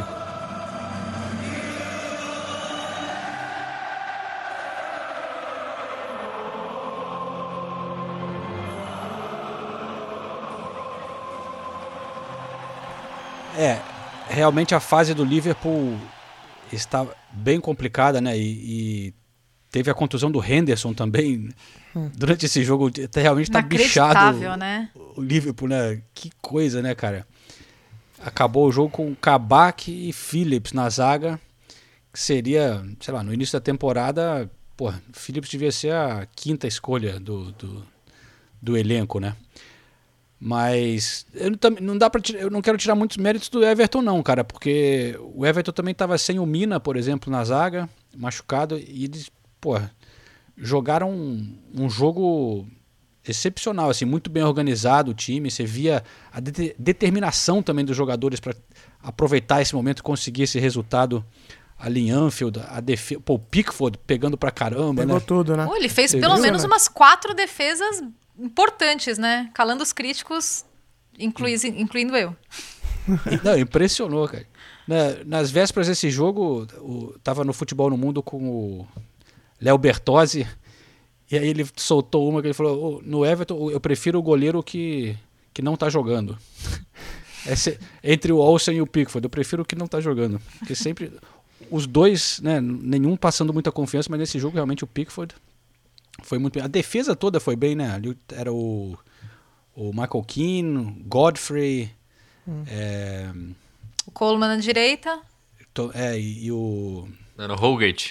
É, realmente a fase do Liverpool está bem complicada, né? E, e teve a contusão do Henderson também hum. durante esse jogo. Realmente está bichado né? o Liverpool, né? Que coisa, né, cara? Acabou o jogo com Kabak e Phillips na zaga, que seria, sei lá, no início da temporada, pô, Phillips devia ser a quinta escolha do, do, do elenco, né? Mas eu não, não dá pra, eu não quero tirar muitos méritos do Everton não, cara, porque o Everton também estava sem o Mina, por exemplo, na zaga, machucado, e eles, pô, jogaram um, um jogo excepcional, assim, muito bem organizado o time, você via a de- determinação também dos jogadores para aproveitar esse momento e conseguir esse resultado ali em Anfield, a defe- pô, o Pickford pegando pra caramba, Pegou né? tudo, né? Pô, ele fez Você pelo viu, menos né? umas quatro defesas importantes, né? Calando os críticos, inclui, incluindo eu. Não, impressionou, cara. Na, nas vésperas desse jogo, o, tava no Futebol no Mundo com o Léo Bertozzi, e aí ele soltou uma que ele falou, oh, no Everton eu prefiro o goleiro que, que não tá jogando. Esse, entre o Olsen e o Pickford, eu prefiro o que não tá jogando. Porque sempre, os dois, né, nenhum passando muita confiança, mas nesse jogo realmente o Pickford foi muito bem. A defesa toda foi bem, né? Ali era o, o Michael Keane, Godfrey, Hum. é, O Coleman na direita. to, é, e, e o... Não, no Holgate.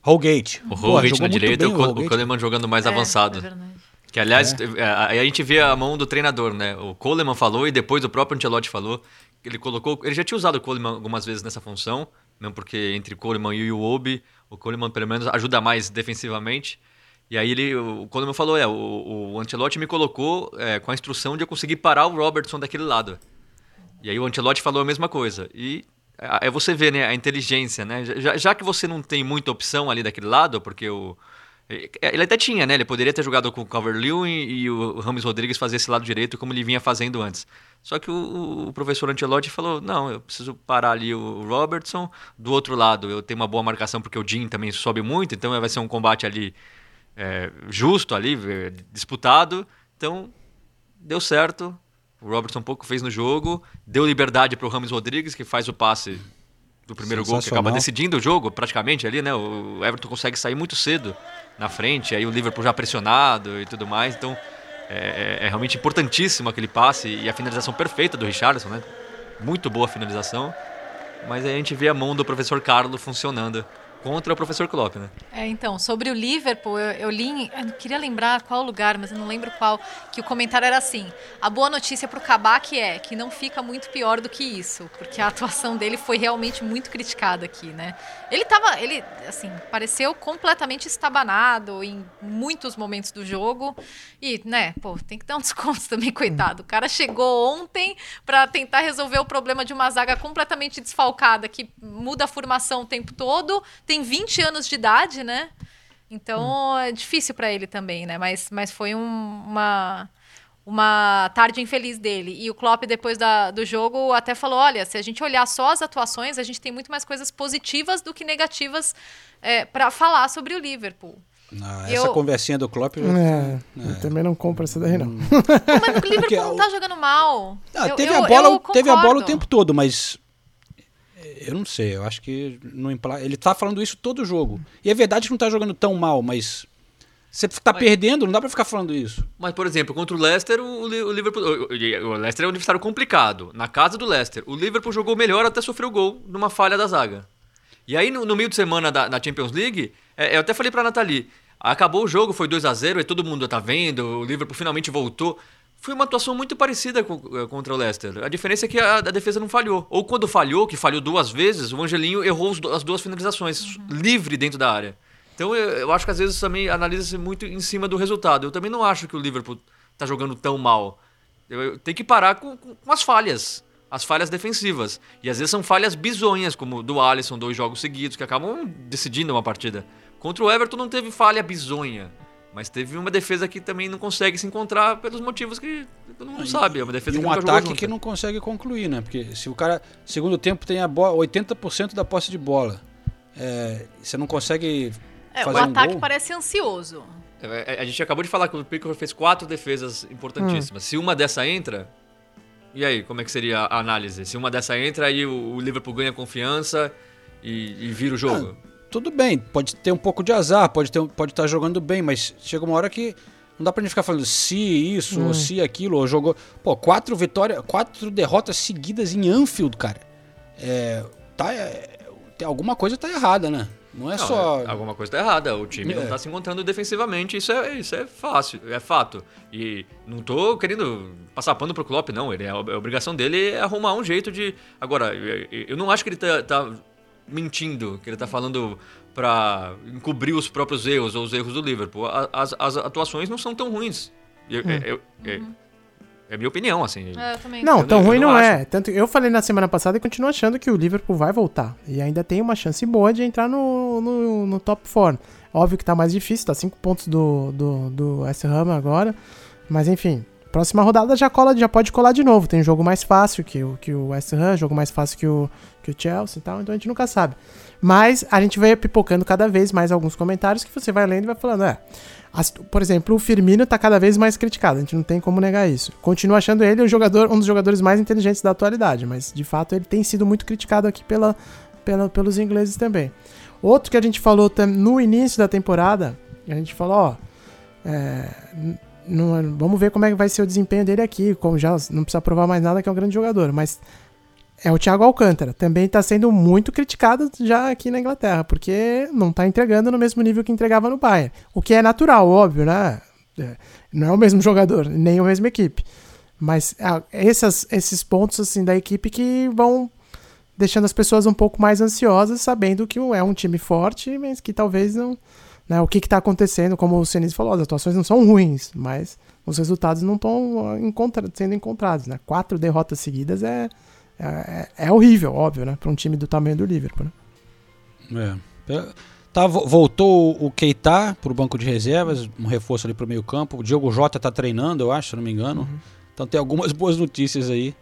Holgate. O Holgate na muito direita e bem o, o o Holgate. Kahneman jogando mais É, avançado. é verdade. Que, aliás, É. é, aí a gente vê a mão do treinador, né? O Coleman falou e depois o próprio Ancelotti falou. Que ele colocou... Ele já tinha usado o Coleman algumas vezes nessa função, mesmo porque entre o Coleman e o Iwobi, o Coleman pelo menos ajuda mais defensivamente. E aí ele, o Coleman falou, é, o, o Ancelotti me colocou é, com a instrução de eu conseguir parar o Robertson daquele lado. E aí o Ancelotti falou a mesma coisa. E aí você vê, né, a inteligência, né? Já, já que você não tem muita opção ali daquele lado, porque o... Ele até tinha, né? Ele poderia ter jogado com o Calvert-Lewin e o James Rodrigues fazer esse lado direito como ele vinha fazendo antes. Só que o, o professor Ancelotti falou, não, eu preciso parar ali o Robertson. Do outro lado, eu tenho uma boa marcação porque o Jim também sobe muito, então vai ser um combate ali é, justo, ali, disputado. Então, deu certo. O Robertson um pouco fez no jogo, deu liberdade para o James Rodrigues, que faz o passe do primeiro gol, que acaba decidindo o jogo praticamente ali, né? O Everton consegue sair muito cedo na frente, aí o Liverpool já pressionado e tudo mais, então é, é, é realmente importantíssimo aquele passe e a finalização perfeita do Richarlison, né? Muito boa finalização, mas aí a gente vê a mão do professor Carlo funcionando contra o professor Klopp, né? É, então, sobre o Liverpool, eu, eu li, em- eu não queria lembrar qual lugar, mas eu não lembro qual, que o comentário era assim, a boa notícia pro Kabak é que não fica muito pior do que isso, porque a atuação dele foi realmente muito criticada aqui, né? Ele tava, ele, assim, pareceu completamente estabanado em muitos momentos do jogo e, né, pô, tem que dar um desconto também, coitado. O cara chegou ontem pra tentar resolver o problema de uma zaga completamente desfalcada, que muda a formação o tempo todo, tem vinte anos de idade, né? Então é difícil pra ele também, né? Mas, mas foi um- uma, uma tarde infeliz dele. E o Klopp, depois da- do jogo, até falou, olha, se a gente olhar só as atuações, a gente tem muito mais coisas positivas do que negativas é, para falar sobre o Liverpool. Ah, Eu- essa conversinha do Klopp... É, eu também não compro essa daí, não. Mas o Liverpool não tá jogando mal. Ah, Eu- teve, eu- a bola, eu teve a bola o concordo. tempo todo, mas eu não sei, eu acho que não impla... ele tá falando isso todo jogo. E é verdade que não tá jogando tão mal, mas você tá perdendo, não dá pra ficar falando isso. Mas, por exemplo, contra o Leicester, o, Li- o Liverpool. O, o Leicester é um adversário complicado. Na casa do Leicester, o Liverpool jogou melhor até sofrer o gol numa falha da zaga. E aí, no, no meio de semana da, da Champions League, é, eu até falei pra Nathalie: acabou o jogo, foi dois a zero, e todo mundo tá vendo, o Liverpool finalmente voltou. Foi uma atuação muito parecida com, contra o Leicester. A diferença é que a, a defesa não falhou. Ou quando falhou, que falhou duas vezes, o Angelinho errou os do- as duas finalizações, livre dentro da área. Então eu, eu acho que às vezes também analisa-se muito em cima do resultado. Eu também não acho que o Liverpool tá jogando tão mal. Eu, eu- tem que parar com, com- com as falhas. As falhas defensivas. E às vezes são falhas bizonhas, como do Alisson, dois jogos seguidos, que acabam decidindo uma partida. Contra o Everton não teve falha bizonha. Mas teve uma defesa que também não consegue se encontrar pelos motivos que todo mundo sabe. É uma defesa E que um nunca jogou ataque junto. que não consegue concluir, né? Porque se o cara, segundo tempo, tem a bola, oitenta por cento da posse de bola, é, você não consegue É, o fazer um ataque gol. parece ansioso. É, A gente acabou de falar que o Pickford fez quatro defesas importantíssimas. Se uma dessa entra, e aí, como é que seria a análise? Se uma dessa entra, aí o o Liverpool ganha confiança e, e vira o jogo. Tudo bem, pode ter um pouco de azar, pode ter, pode estar jogando bem, mas chega uma hora que não dá pra gente ficar falando se isso, Hum. ou se aquilo, ou jogou... Pô, quatro vitórias, quatro derrotas seguidas em Anfield, cara. É, tá, é, tem alguma coisa tá errada, né? Não é Não, só... é- alguma coisa tá errada. O time não É. tá se encontrando defensivamente. Isso é, isso é fácil, é fato. E não tô querendo passar pano pro Klopp, não. Ele, a obrigação dele é arrumar um jeito de... Agora, eu, eu não acho que ele tá, tá mentindo, que ele tá falando pra encobrir os próprios erros ou os erros do Liverpool. A- As, as atuações não são tão ruins. Eu, Hum. eu- é, é a minha opinião, assim. É, eu também. Não, Eu tão eu ruim não, acho. é. Tanto eu falei na semana passada e continuo achando que o Liverpool vai voltar. E ainda tem uma chance boa de entrar no, no, no top quatro. Óbvio que tá mais difícil, tá cinco pontos do, do, do West Ham agora. Mas enfim, próxima rodada já, cola, já pode colar de novo. Tem um jogo mais fácil que o, que o West Ham, jogo mais fácil que o, que o Chelsea e tal, então a gente nunca sabe. Mas a gente vai pipocando cada vez mais alguns comentários que você vai lendo e vai falando, é... as- por exemplo, o Firmino tá cada vez mais criticado, a gente não tem como negar isso. Continuo achando ele o jogador, um dos jogadores mais inteligentes da atualidade, mas de fato ele tem sido muito criticado aqui pela, pela, pelos ingleses também. Outro que a gente falou tam- no início da temporada, a gente falou, ó, é, n- não- vamos ver como é que vai ser o desempenho dele aqui, como já não precisa provar mais nada que é um grande jogador, mas é o Thiago Alcântara. Também está sendo muito criticado já aqui na Inglaterra, porque não está entregando no mesmo nível que entregava no Bayern. O que é natural, óbvio, né? Não é o mesmo jogador, nem a mesma equipe. Mas ah, esses, esses pontos assim, da equipe que vão deixando as pessoas um pouco mais ansiosas, sabendo que é um time forte, mas que talvez não... Né, o que está acontecendo, como o Senise falou, as atuações não são ruins, mas os resultados não estão encontra- sendo encontrados. Né? Quatro derrotas seguidas é, é, é horrível, óbvio, né? Para um time do tamanho do Liverpool. Né? É. Tá, voltou o Keita para o banco de reservas, um reforço ali para o meio campo. O Diogo Jota está treinando, eu acho, se não me engano. Uhum. Então tem algumas boas notícias aí.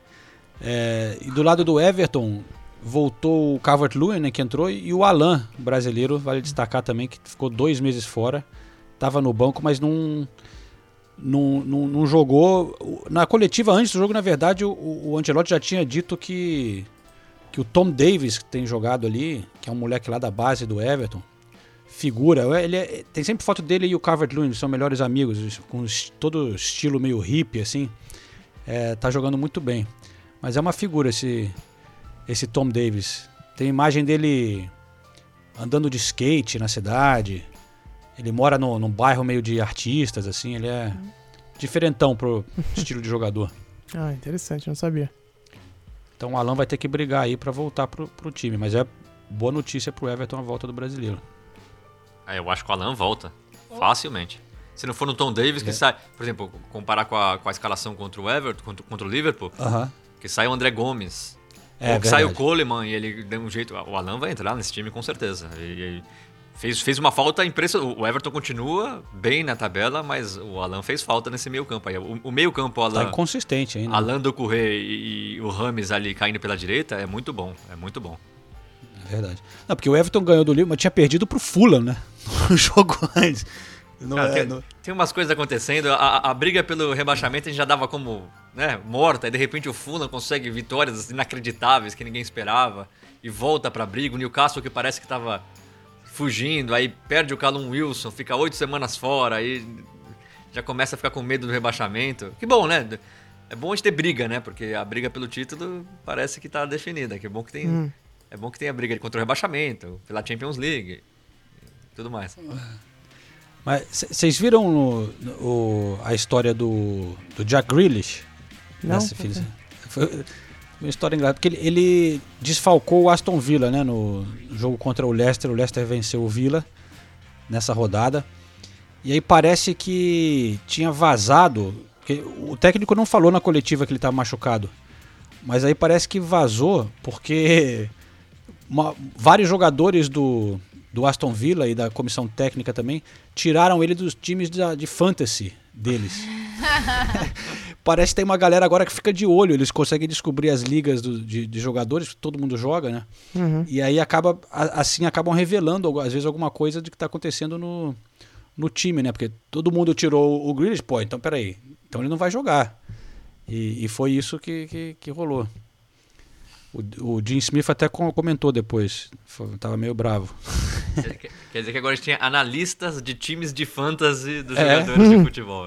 É, e do lado do Everton, voltou o Calvert-Lewin, né, que entrou, e o Alan, brasileiro, vale destacar também, que ficou dois meses fora. Estava no banco, mas não, não, não, não jogou. Na coletiva, antes do jogo, na verdade, o, o Ancelotti já tinha dito que, que o Tom Davies, que tem jogado ali, que é um moleque lá da base do Everton, figura, ele é, tem sempre foto dele e o Calvert-Lewin, são melhores amigos, com todo estilo meio hippie, assim, é, tá jogando muito bem. Mas é uma figura esse, esse Tom Davies. Tem imagem dele andando de skate na cidade, ele mora no, num bairro meio de artistas, assim, ele é diferentão pro estilo de jogador. Ah, interessante, não sabia. Então o Alan vai ter que brigar aí pra voltar pro, pro time, mas é boa notícia pro Everton a volta do brasileiro. É, eu acho que o Alan volta facilmente. Se não for no Tom Davies, que é. sai... Por exemplo, comparar com a, com a escalação contra o Everton, contra, contra o Liverpool, uh-huh. que sai o André Gomes, é, ou que sai o Coleman e ele deu um jeito... O Alan vai entrar nesse time com certeza. E, e fez, fez uma falta impressionante. O Everton continua bem na tabela, mas o Alan fez falta nesse meio campo aí. O, o meio campo, o Alan... Tá inconsistente ainda. Alan do Corrêa e, e o Rames ali caindo pela direita é muito bom. É muito bom. É verdade. Não, porque o Everton ganhou do Liverpool, mas tinha perdido pro Fulham, né? No jogo antes. Não Cara, é, tem, não... tem umas coisas acontecendo. A, a briga pelo rebaixamento a gente já dava como, né, morta. E de repente o Fulham consegue vitórias inacreditáveis que ninguém esperava. E volta pra briga. O Newcastle, que parece que tava fugindo. Aí perde o Callum Wilson, fica oito semanas fora. Aí já começa a ficar com medo do rebaixamento. Que bom, né? É bom a gente ter briga, né? Porque a briga pelo título parece que tá definida. Que é bom que tem... Hum. É bom que tenha briga contra o rebaixamento, pela Champions League, tudo mais. Mas vocês viram no, no, a história do, do Jack Grealish? Não. Nessa, foi uma história engraçada, porque ele, ele desfalcou o Aston Villa, né, no jogo contra o Leicester. O Leicester venceu o Villa nessa rodada. E aí parece que tinha vazado, porque o técnico não falou na coletiva que ele estava machucado, mas aí parece que vazou porque... Uma, vários jogadores do, do Aston Villa e da comissão técnica também tiraram ele dos times de, de fantasy deles. Parece que tem uma galera agora que fica de olho, eles conseguem descobrir as ligas do, de, de jogadores, todo mundo joga, né? Uhum. E aí acaba, assim acabam revelando às vezes alguma coisa de que está acontecendo no, no time, né? Porque todo mundo tirou o Grealish, pô, então peraí, então ele não vai jogar. E, e foi isso que, que, que rolou. O, o Jim Smith até comentou depois, foi, tava meio bravo. Quer, quer dizer que agora a gente tinha analistas de times de fantasy dos é. jogadores de futebol.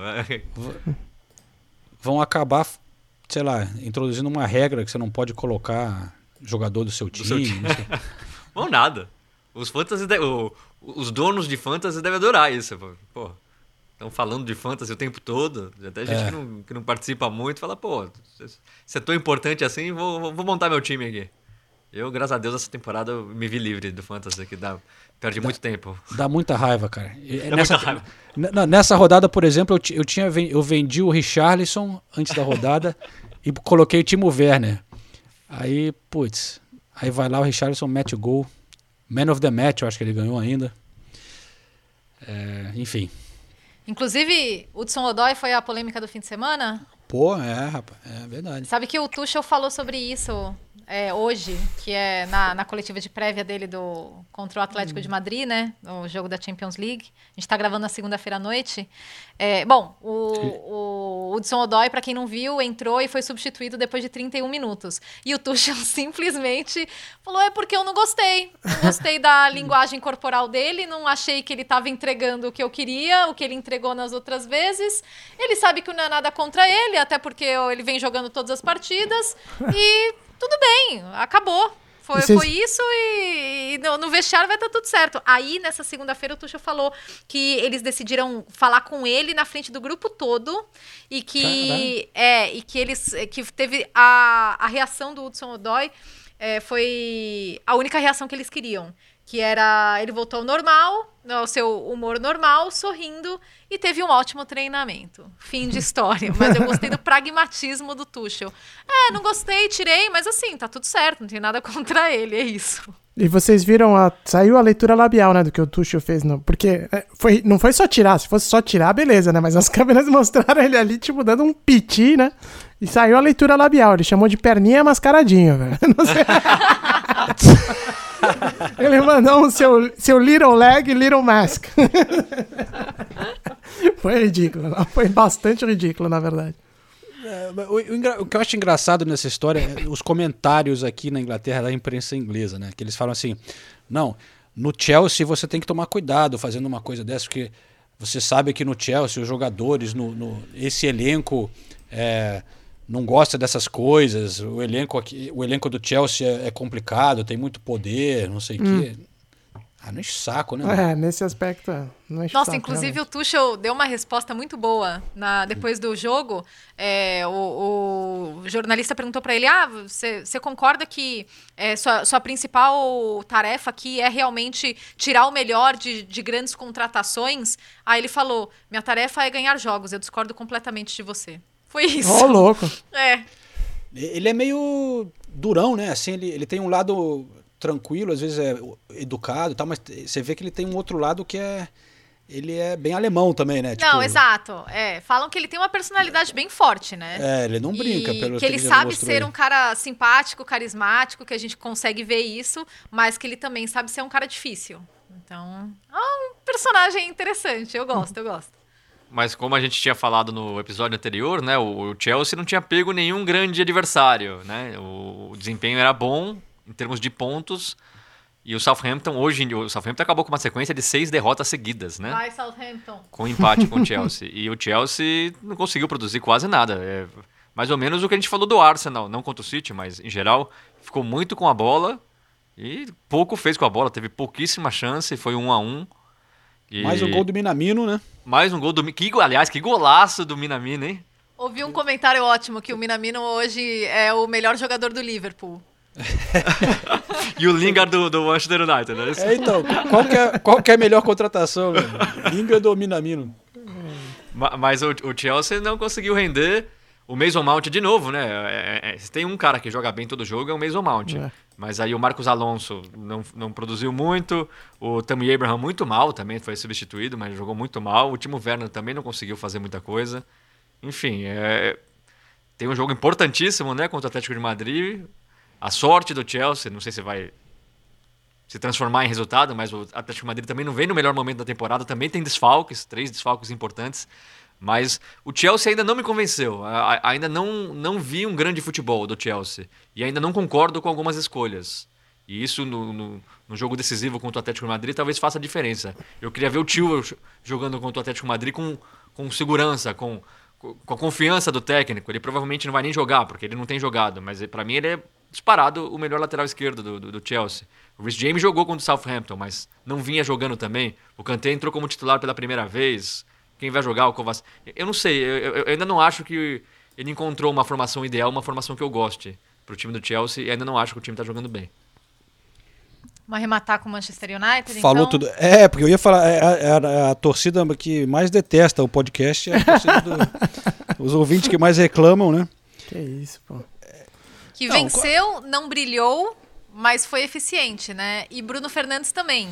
Vão acabar, sei lá, introduzindo uma regra que você não pode colocar jogador do seu time. Do seu time. Bom, nada. Os, fantasy de, o, os donos de fantasy devem adorar isso. Pô, estão falando de fantasy o tempo todo. Até gente é. que, não, que não participa muito fala, pô, se é tão importante assim, vou, vou montar meu time aqui. Eu, graças a Deus, essa temporada eu me vi livre do fantasy, que dá, perde dá, muito tempo. Dá muita raiva, cara. Dá nessa, muita raiva. N- nessa rodada, por exemplo, eu, eu, tinha, eu vendi o Richarlison antes da rodada e coloquei o Timo Werner. Aí, putz, aí vai lá o Richarlison, mete o gol. Man of the Match, eu acho que ele ganhou ainda. É, enfim. Inclusive, Hudson Odoi foi a polêmica do fim de semana? Pô, é, rapaz, é verdade. Sabe que o Tuchel falou sobre isso é, hoje, que é na, na coletiva de prévia dele do, contra o Atlético hum. de Madrid, né? No jogo da Champions League. A gente tá gravando na segunda-feira à noite. É, bom, o, o Hudson Odoi, para quem não viu, entrou e foi substituído depois de trinta e um minutos. E o Tuchel simplesmente falou, é porque eu não gostei. Não gostei da linguagem corporal dele, não achei que ele estava entregando o que eu queria, o que ele entregou nas outras vezes. Ele sabe que não é nada contra ele, até porque ele vem jogando todas as partidas. E tudo bem, acabou. Foi, Vocês... foi isso e, e no, no vestiário vai estar tudo certo. Aí, nessa segunda-feira, o Tuchel falou que eles decidiram falar com ele na frente do grupo todo e que, é, e que eles que teve a, a reação do Hudson-Odoi é, foi a única reação que eles queriam. Que era, ele voltou ao normal, ao seu humor normal, sorrindo, e teve um ótimo treinamento. Fim de história. Mas eu gostei do pragmatismo do Tuchel. É, não gostei, tirei, mas assim, tá tudo certo, não tem nada contra ele, é isso. E vocês viram, a, saiu a leitura labial, né, do que o Tuchel fez, não, porque foi, não foi só tirar, se fosse só tirar, beleza, né, mas as câmeras mostraram ele ali, tipo, dando um piti, né, e saiu a leitura labial, ele chamou de perninha mascaradinho, velho, não sei... Ele mandou um seu, seu little leg, little mask. Foi ridículo. Foi bastante ridículo, na verdade. É, o, o, o que eu acho engraçado nessa história é os comentários aqui na Inglaterra da imprensa inglesa, né? Que eles falam assim, não, no Chelsea você tem que tomar cuidado fazendo uma coisa dessa, porque você sabe que no Chelsea os jogadores, no, no, esse elenco... É, não gosta dessas coisas, o elenco aqui, o elenco do Chelsea é, é complicado, tem muito poder, não sei o hum. quê. Ah, não enche saco, né? É, nesse aspecto, não enche Nossa, saco, inclusive realmente. O Tuchel deu uma resposta muito boa na, depois do jogo. É, o, o jornalista perguntou para ele, ah, você, você concorda que é, sua, sua principal tarefa aqui é realmente tirar o melhor de, de grandes contratações? Aí ele falou, minha tarefa é ganhar jogos, eu discordo completamente de você. Foi isso. Ó, oh, louco. É. Ele é meio durão, né? Assim, ele, ele tem um lado tranquilo, às vezes é educado e tal, mas você vê que ele tem um outro lado que é... Ele é bem alemão também, né? Não, tipo, exato. É, falam que ele tem uma personalidade bem forte, né? É, ele não brinca. E pelo que ele que sabe ser aí. um cara simpático, carismático, que a gente consegue ver isso, mas que ele também sabe ser um cara difícil. Então, é um personagem interessante. Eu gosto, eu gosto. Mas como a gente tinha falado no episódio anterior, né, o Chelsea não tinha pego nenhum grande adversário, né? O desempenho era bom em termos de pontos e o Southampton hoje, o Southampton acabou com uma sequência de seis derrotas seguidas, né? Vai, Southampton. Com empate com o Chelsea. E o Chelsea não conseguiu produzir quase nada. É mais ou menos o que a gente falou do Arsenal, não contra o City, mas em geral ficou muito com a bola e pouco fez com a bola, teve pouquíssima chance, foi um a um. E... Mais um gol do Minamino, né? Mais um gol do... Que, aliás, que golaço do Minamino, hein? Ouvi um comentário ótimo, que o Minamino hoje é o melhor jogador do Liverpool. E o Lingard do, do Manchester United, né? É, então, qual que é, qual que é a melhor contratação, né? Lingard ou Minamino? Mas o, o Chelsea não conseguiu render. O Mason Mount de novo, né? É, é, se tem um cara que joga bem todo jogo, é o Mason Mount. É. Mas aí o Marcos Alonso não, não produziu muito. O Tammy Abraham muito mal também, foi substituído, mas jogou muito mal. O Timo Werner também não conseguiu fazer muita coisa. Enfim, é, tem um jogo importantíssimo, né? Contra o Atlético de Madrid. A sorte do Chelsea, não sei se vai se transformar em resultado, mas o Atlético de Madrid também não vem no melhor momento da temporada. Também tem desfalques, três desfalques importantes. Mas o Chelsea ainda não me convenceu, a, ainda não, não vi um grande futebol do Chelsea e ainda não concordo com algumas escolhas. E isso no, no, no jogo decisivo contra o Atlético de Madrid talvez faça a diferença. Eu queria ver o Tio jogando contra o Atlético de Madrid com, com segurança, com, com a confiança do técnico. Ele provavelmente não vai nem jogar, porque ele não tem jogado, mas para mim ele é disparado o melhor lateral esquerdo do, do, do Chelsea. O Reece James jogou contra o Southampton, mas não vinha jogando também. O Kanté entrou como titular pela primeira vez. Quem vai jogar o Kovacic? Eu não sei, eu, eu ainda não acho que ele encontrou uma formação ideal, uma formação que eu goste pro time do Chelsea, e ainda não acho que o time tá jogando bem. Vamos arrematar com o Manchester United, Falou então? tudo. É, porque eu ia falar, é a, é a torcida que mais detesta o podcast, é a torcida do, os ouvintes que mais reclamam, né? Que isso, pô. Que não, venceu, não brilhou, mas foi eficiente, né? E Bruno Fernandes também.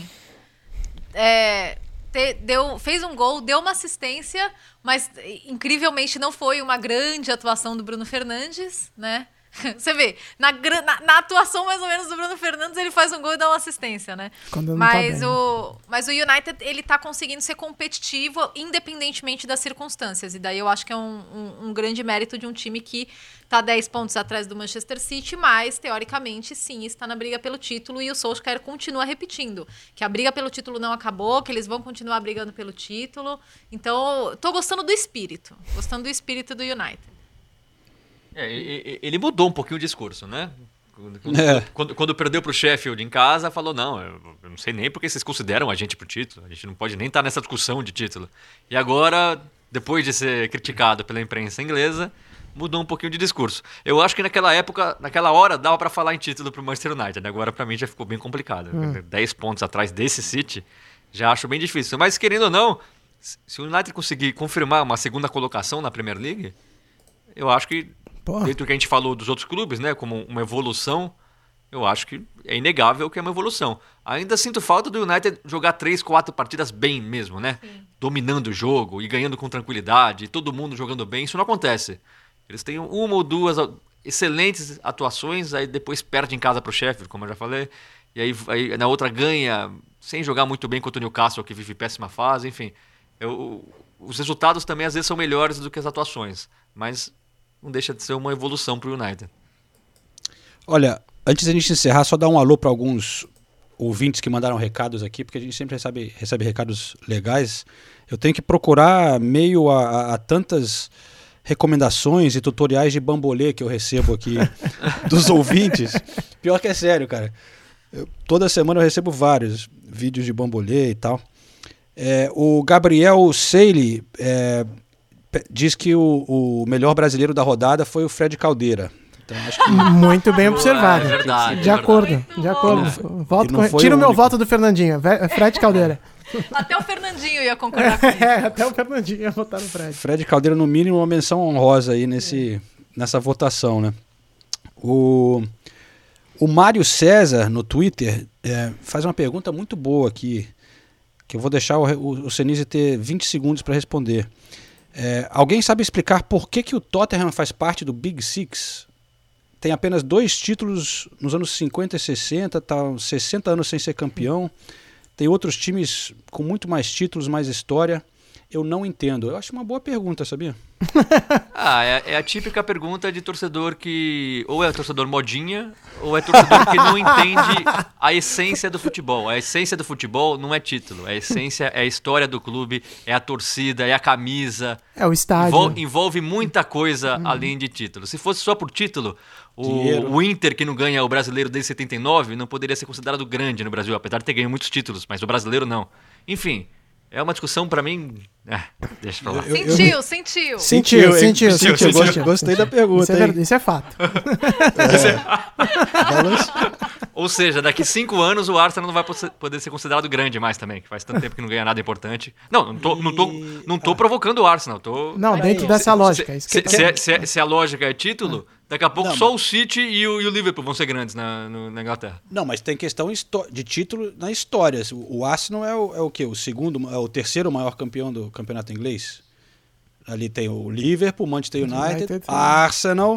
É... Deu, fez um gol, deu uma assistência, mas incrivelmente não foi uma grande atuação do Bruno Fernandes, né? Você vê, na, na, na atuação mais ou menos do Bruno Fernandes, ele faz um gol e dá uma assistência, né? Quando mas, tá o, mas o United, ele tá conseguindo ser competitivo independentemente das circunstâncias. E daí eu acho que é um, um, um grande mérito de um time que tá dez pontos atrás do Manchester City, mas, teoricamente, sim, está na briga pelo título. E o Solskjaer continua repetindo que a briga pelo título não acabou, que eles vão continuar brigando pelo título. Então, tô gostando do espírito. Gostando do espírito do United. É, ele mudou um pouquinho o discurso, né? Quando, É. quando, quando perdeu pro Sheffield em casa, falou, não, eu, eu não sei nem porque vocês consideram a gente pro título, a gente não pode nem estar nessa discussão de título. E agora, depois de ser criticado pela imprensa inglesa, mudou um pouquinho de discurso. Eu acho que naquela época, naquela hora, dava pra falar em título pro Manchester United, agora pra mim já ficou bem complicado. Hum. dez pontos atrás desse City, já acho bem difícil. Mas querendo ou não, se o United conseguir confirmar uma segunda colocação na Premier League, eu acho que Porra. dentro do que a gente falou dos outros clubes, né, como uma evolução, eu acho que é inegável que é uma evolução. Ainda sinto falta do United jogar três, quatro partidas bem mesmo, né? Sim. Dominando o jogo e ganhando com tranquilidade, todo mundo jogando bem, isso não acontece. Eles têm uma ou duas excelentes atuações, aí depois perde em casa pro Sheffield, como eu já falei, e aí, aí na outra ganha sem jogar muito bem contra o Newcastle, que vive péssima fase, enfim. Eu, os resultados também às vezes são melhores do que as atuações, mas não deixa de ser uma evolução pro United. Olha, antes da gente encerrar, só dar um alô para alguns ouvintes que mandaram recados aqui, porque a gente sempre recebe, recebe recados legais. Eu tenho que procurar meio a, a, a tantas recomendações e tutoriais de bambolê que eu recebo aqui dos ouvintes. Pior que é sério, cara. Eu, toda semana eu recebo vários vídeos de bambolê e tal. É, o Gabriel Seili é, diz que o, o melhor brasileiro da rodada foi o Fred Caldeira. Então, acho que... Muito bem observado. É verdade, de é acordo, verdade. de acordo. Voto não com... foi Tira o o meu único. voto do Fernandinho. Ve- Fred Caldeira. Até o Fernandinho ia concordar com isso. É, até o Fernandinho ia votar no Fred. Fred Caldeira, no mínimo, uma menção honrosa aí nesse, nessa votação, né? O, o Mário César, no Twitter, é, faz uma pergunta muito boa aqui, que eu vou deixar o, o, o Senise ter vinte segundos para responder. É, alguém sabe explicar por que, que o Tottenham faz parte do Big Six? Tem apenas dois títulos nos anos cinquenta e sessenta, tá sessenta anos sem ser campeão. Tem outros times com muito mais títulos, mais história. Eu não entendo. Eu acho uma boa pergunta, sabia? Ah, é, é a típica pergunta de torcedor que ou é torcedor modinha ou é torcedor que não entende a essência do futebol. A essência do futebol não é título. A essência é a história do clube, é a torcida, é a camisa. É o estádio. Envol- envolve muita coisa hum. além de título. Se fosse só por título, o, o Inter, que não ganha o brasileiro desde setenta e nove, não poderia ser considerado grande no Brasil, apesar de ter ganho muitos títulos, mas o brasileiro não. Enfim... É uma discussão pra mim... Ah, deixa pra lá. Eu, eu, sentiu, eu... sentiu. Sentiu, sentiu, sentiu. sentiu, sentiu. Gostei, gostei da pergunta, isso é, verdade, isso é fato. É. Ou seja, daqui cinco anos o Arsenal não vai poder ser considerado grande mais também, que faz tanto tempo que não ganha nada importante. Não, não tô, não tô, não tô provocando o Arsenal. Tô... Não, dentro dessa lógica. Se, se, se, se, se a lógica é título... Daqui a pouco não, só mas... o City e o, e o Liverpool vão ser grandes na, no, na Inglaterra. Não, mas tem questão de título na história. O, o Arsenal é o, é o quê? O segundo, é o terceiro maior campeão do campeonato inglês? Ali tem o Liverpool, Manchester United, United Arsenal.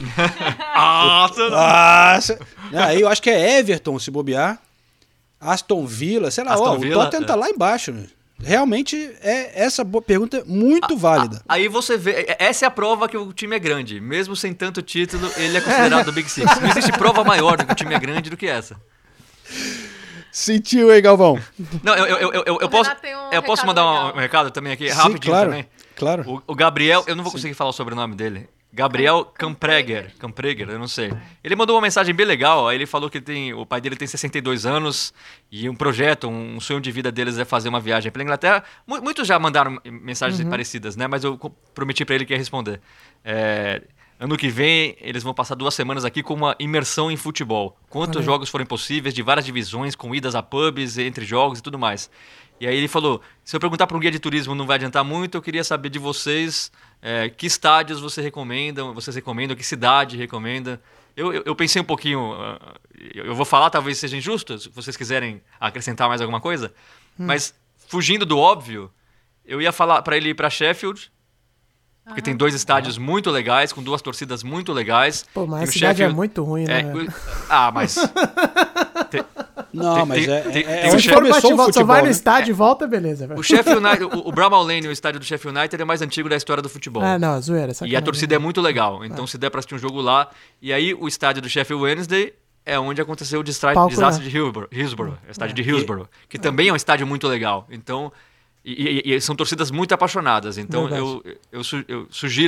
Arsenal. Arsenal. Aí eu acho que é Everton, se bobear. Aston Villa, sei lá. Aston ó, Villa, o Tottenham é. tá lá embaixo, né? Realmente é essa pergunta muito a, válida. A, aí você vê, essa é a prova que o time é grande. Mesmo sem tanto título, ele é considerado Big Six. Não existe prova maior do que o time é grande do que essa. Sentiu, hein, Galvão? Não, eu, eu, eu, eu, eu posso, um eu posso mandar um, um recado também aqui, Sim, rapidinho claro, também. Claro. O, o Gabriel, eu não vou conseguir Sim. falar o sobrenome dele. Gabriel Campreger, Campreger, eu não sei. Ele mandou uma mensagem bem legal, aí ele falou que tem, o pai dele tem sessenta e dois anos e um projeto, um sonho de vida deles é fazer uma viagem pela Inglaterra. Muitos já mandaram mensagens uhum. parecidas, né? Mas eu prometi para ele que ia responder. É, ano que vem, eles vão passar duas semanas aqui com uma imersão em futebol. Quantos Olha. jogos forem possíveis, de várias divisões, com idas a pubs, entre jogos e tudo mais. E aí ele falou, se eu perguntar para um guia de turismo não vai adiantar muito, eu queria saber de vocês é, que estádios você recomenda, vocês recomendam, que cidade recomenda. Eu, eu, eu pensei um pouquinho, uh, eu vou falar, talvez seja injusto, se vocês quiserem acrescentar mais alguma coisa, hum. mas fugindo do óbvio, eu ia falar para ele ir para Sheffield, porque uhum. tem dois estádios muito legais, com duas torcidas muito legais. Pô, mas a cidade Sheffield, é muito ruim, né? É, ah, mas... tem, Não, tem, mas tem, é, tem, é, tem se o for bate volta, futebol, só vai no né? estádio e volta, beleza. O Sheffield United, o, o Bramall Lane, o estádio do Sheffield United, é mais antigo da história do futebol. Ah, não, zoeira. Sacanagem. E a torcida é muito legal, então ah. se der pra assistir um jogo lá. E aí o estádio do Sheffield Wednesday é onde aconteceu o destra- desastre de Hillsborough, Hillsborough o estádio é. de Hillsborough, que é. também é um estádio muito legal. Então, e, e, e são torcidas muito apaixonadas. Então eu, eu, eu sugiro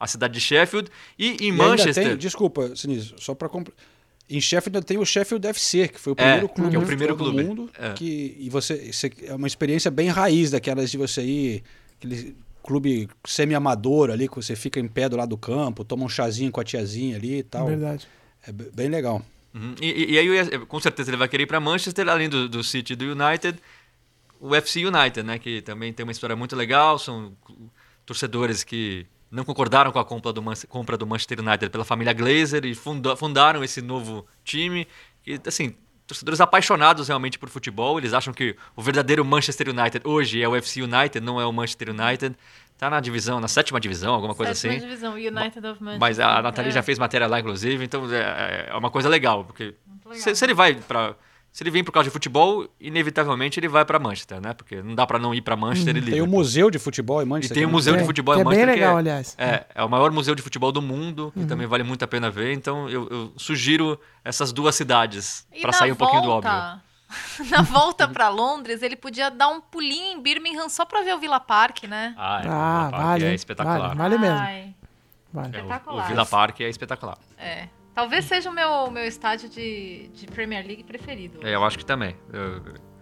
a cidade de Sheffield. E em E Manchester... ainda tem, desculpa, Sinise, só para completar. Em Sheffield ainda tem o Sheffield F C, que foi o primeiro É, clube, que é o de primeiro futebol do clube. mundo. É. Que, e você, você- é uma experiência bem raiz daquelas de você ir, aquele clube semi-amador ali, que você fica em pé do lado do campo, toma um chazinho com a tiazinha ali e tal. Verdade. É b- bem legal. Uhum. E, e- e aí, eu ia- com certeza, ele vai querer ir para Manchester, além do, do City e do United, o F C United, né? Que também tem uma história muito legal, são torcedores que não concordaram com a compra do, Man- compra do Manchester United pela família Glazer e funda- fundaram esse novo time. E, assim, torcedores apaixonados realmente por futebol, eles acham que o verdadeiro Manchester United hoje é o F C United, não é o Manchester United. Tá na divisão, na sétima divisão, alguma coisa Sétima assim. divisão, United of Manchester. Mas a Nathalie É. já fez matéria lá, inclusive, então é, é uma coisa legal, porque se, se ele vai para se ele vem por causa de futebol, inevitavelmente ele vai para Manchester, né? Porque não dá para não ir para Manchester e Tem o Liverpool. museu de futebol em E Manchester. tem o né? museu de Tem, futebol que em é bem Manchester, legal, que é, aliás. É, é o maior museu de futebol do mundo e também vale muito a pena ver. Então eu, eu sugiro essas duas cidades E para na sair um pouquinho do óbvio. volta- Na volta pra Londres, ele podia dar um pulinho em Birmingham só pra ver o Villa Park, né? Ah, é, Ah, o Villa Park vale, é espetacular. vale, vale mesmo. Ai, Vale. É, o- espetacular. o Villa Park é espetacular. É. Talvez seja o meu, meu estádio de, de Premier League preferido. É, eu acho que também. Eu-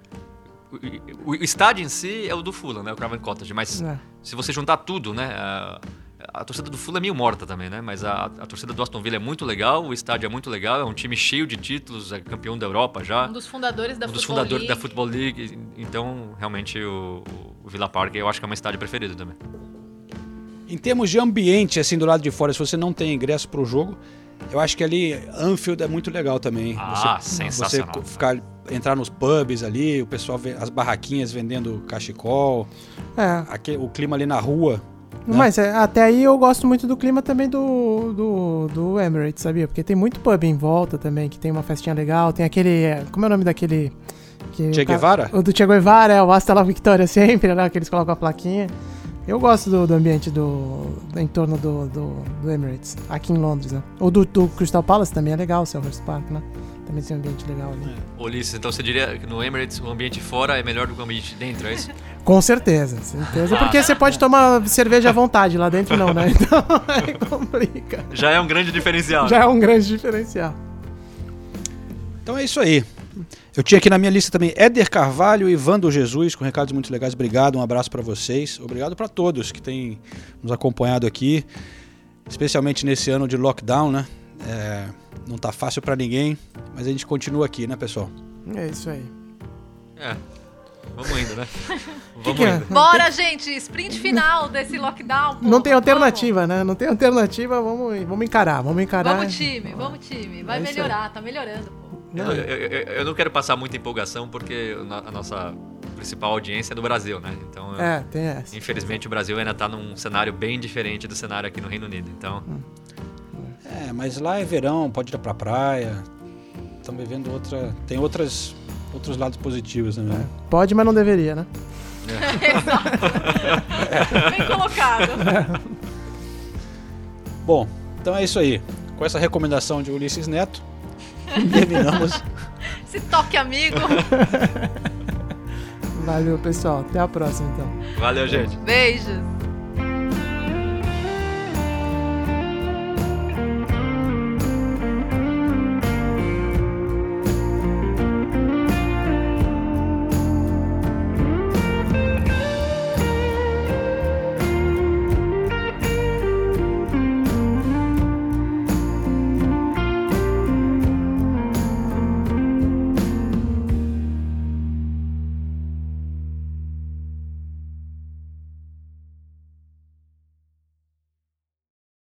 o, o- o estádio em si é o do Fulham, né? O Craven Cottage. Mas É. se você juntar tudo, né? A, a torcida do Fulham é meio morta também, né? Mas a, a torcida do Aston Villa é muito legal, o estádio é muito legal, é um time cheio de títulos, é campeão da Europa já. Um dos fundadores da um dos Football fundadores League. da Football League. Então, realmente, o, o Villa Park eu acho que é o meu estádio preferido também. Em termos de ambiente, assim, do lado de fora, se você não tem ingresso pro jogo, eu acho que ali Anfield é muito legal também. Ah, você, sensacional. Você ficar, entrar nos pubs ali, o pessoal, vê as barraquinhas vendendo cachecol, É. aquele, o clima ali na rua. né? Mas é, até aí eu gosto muito do clima também do, do, do Emirates, sabia? Porque tem muito pub em volta também, que tem uma festinha legal. Tem aquele... é, como é o nome daquele... Que, Che Guevara? O do Che Guevara, é o Hasta la Victoria sempre, né? Que eles colocam a plaquinha. Eu gosto do, do ambiente do, do entorno do, do, do Emirates, aqui em Londres, né? O do, do Crystal Palace também é legal, o Selhurst Park, né? Também tem um ambiente legal ali. Ulisses, então você diria que no Emirates o ambiente fora é melhor do que o ambiente dentro, é isso? Com certeza, certeza. Ah. Porque você pode tomar cerveja à vontade, lá dentro não, né? Então aí complica. Já é um grande diferencial. Já é um grande diferencial. Então é isso aí. Eu tinha aqui na minha lista também Éder Carvalho e Vando Jesus, com recados muito legais. Obrigado, um abraço para vocês. Obrigado para todos que têm nos acompanhado aqui, especialmente nesse ano de lockdown, né? É, não tá fácil para ninguém, mas a gente continua aqui, né, pessoal? É isso aí. É. Vamos indo, né? Vamos que é? indo. Bora, gente! Sprint final desse lockdown. Não tem alternativa, né? Não tem alternativa, vamos, vamos encarar, vamos encarar. Vamos, time, vamos, time. Vai É isso melhorar, tá melhorando, pô. Eu, eu- eu- eu não quero passar muita empolgação porque a nossa principal audiência é do Brasil, né? Então, É, tem essa. infelizmente, o Brasil ainda está num cenário bem diferente do cenário aqui no Reino Unido. Então, É, mas lá é verão, pode ir pra praia. Estamos vivendo outra. Tem outras, outros lados positivos também. né? Pode, mas não deveria, né? Bem colocado. Bom, então é isso aí. Com essa recomendação de Ulisses Neto, terminamos. Se toque, amigo. Valeu, pessoal. Até a próxima, então. valeu, gente. Beijos.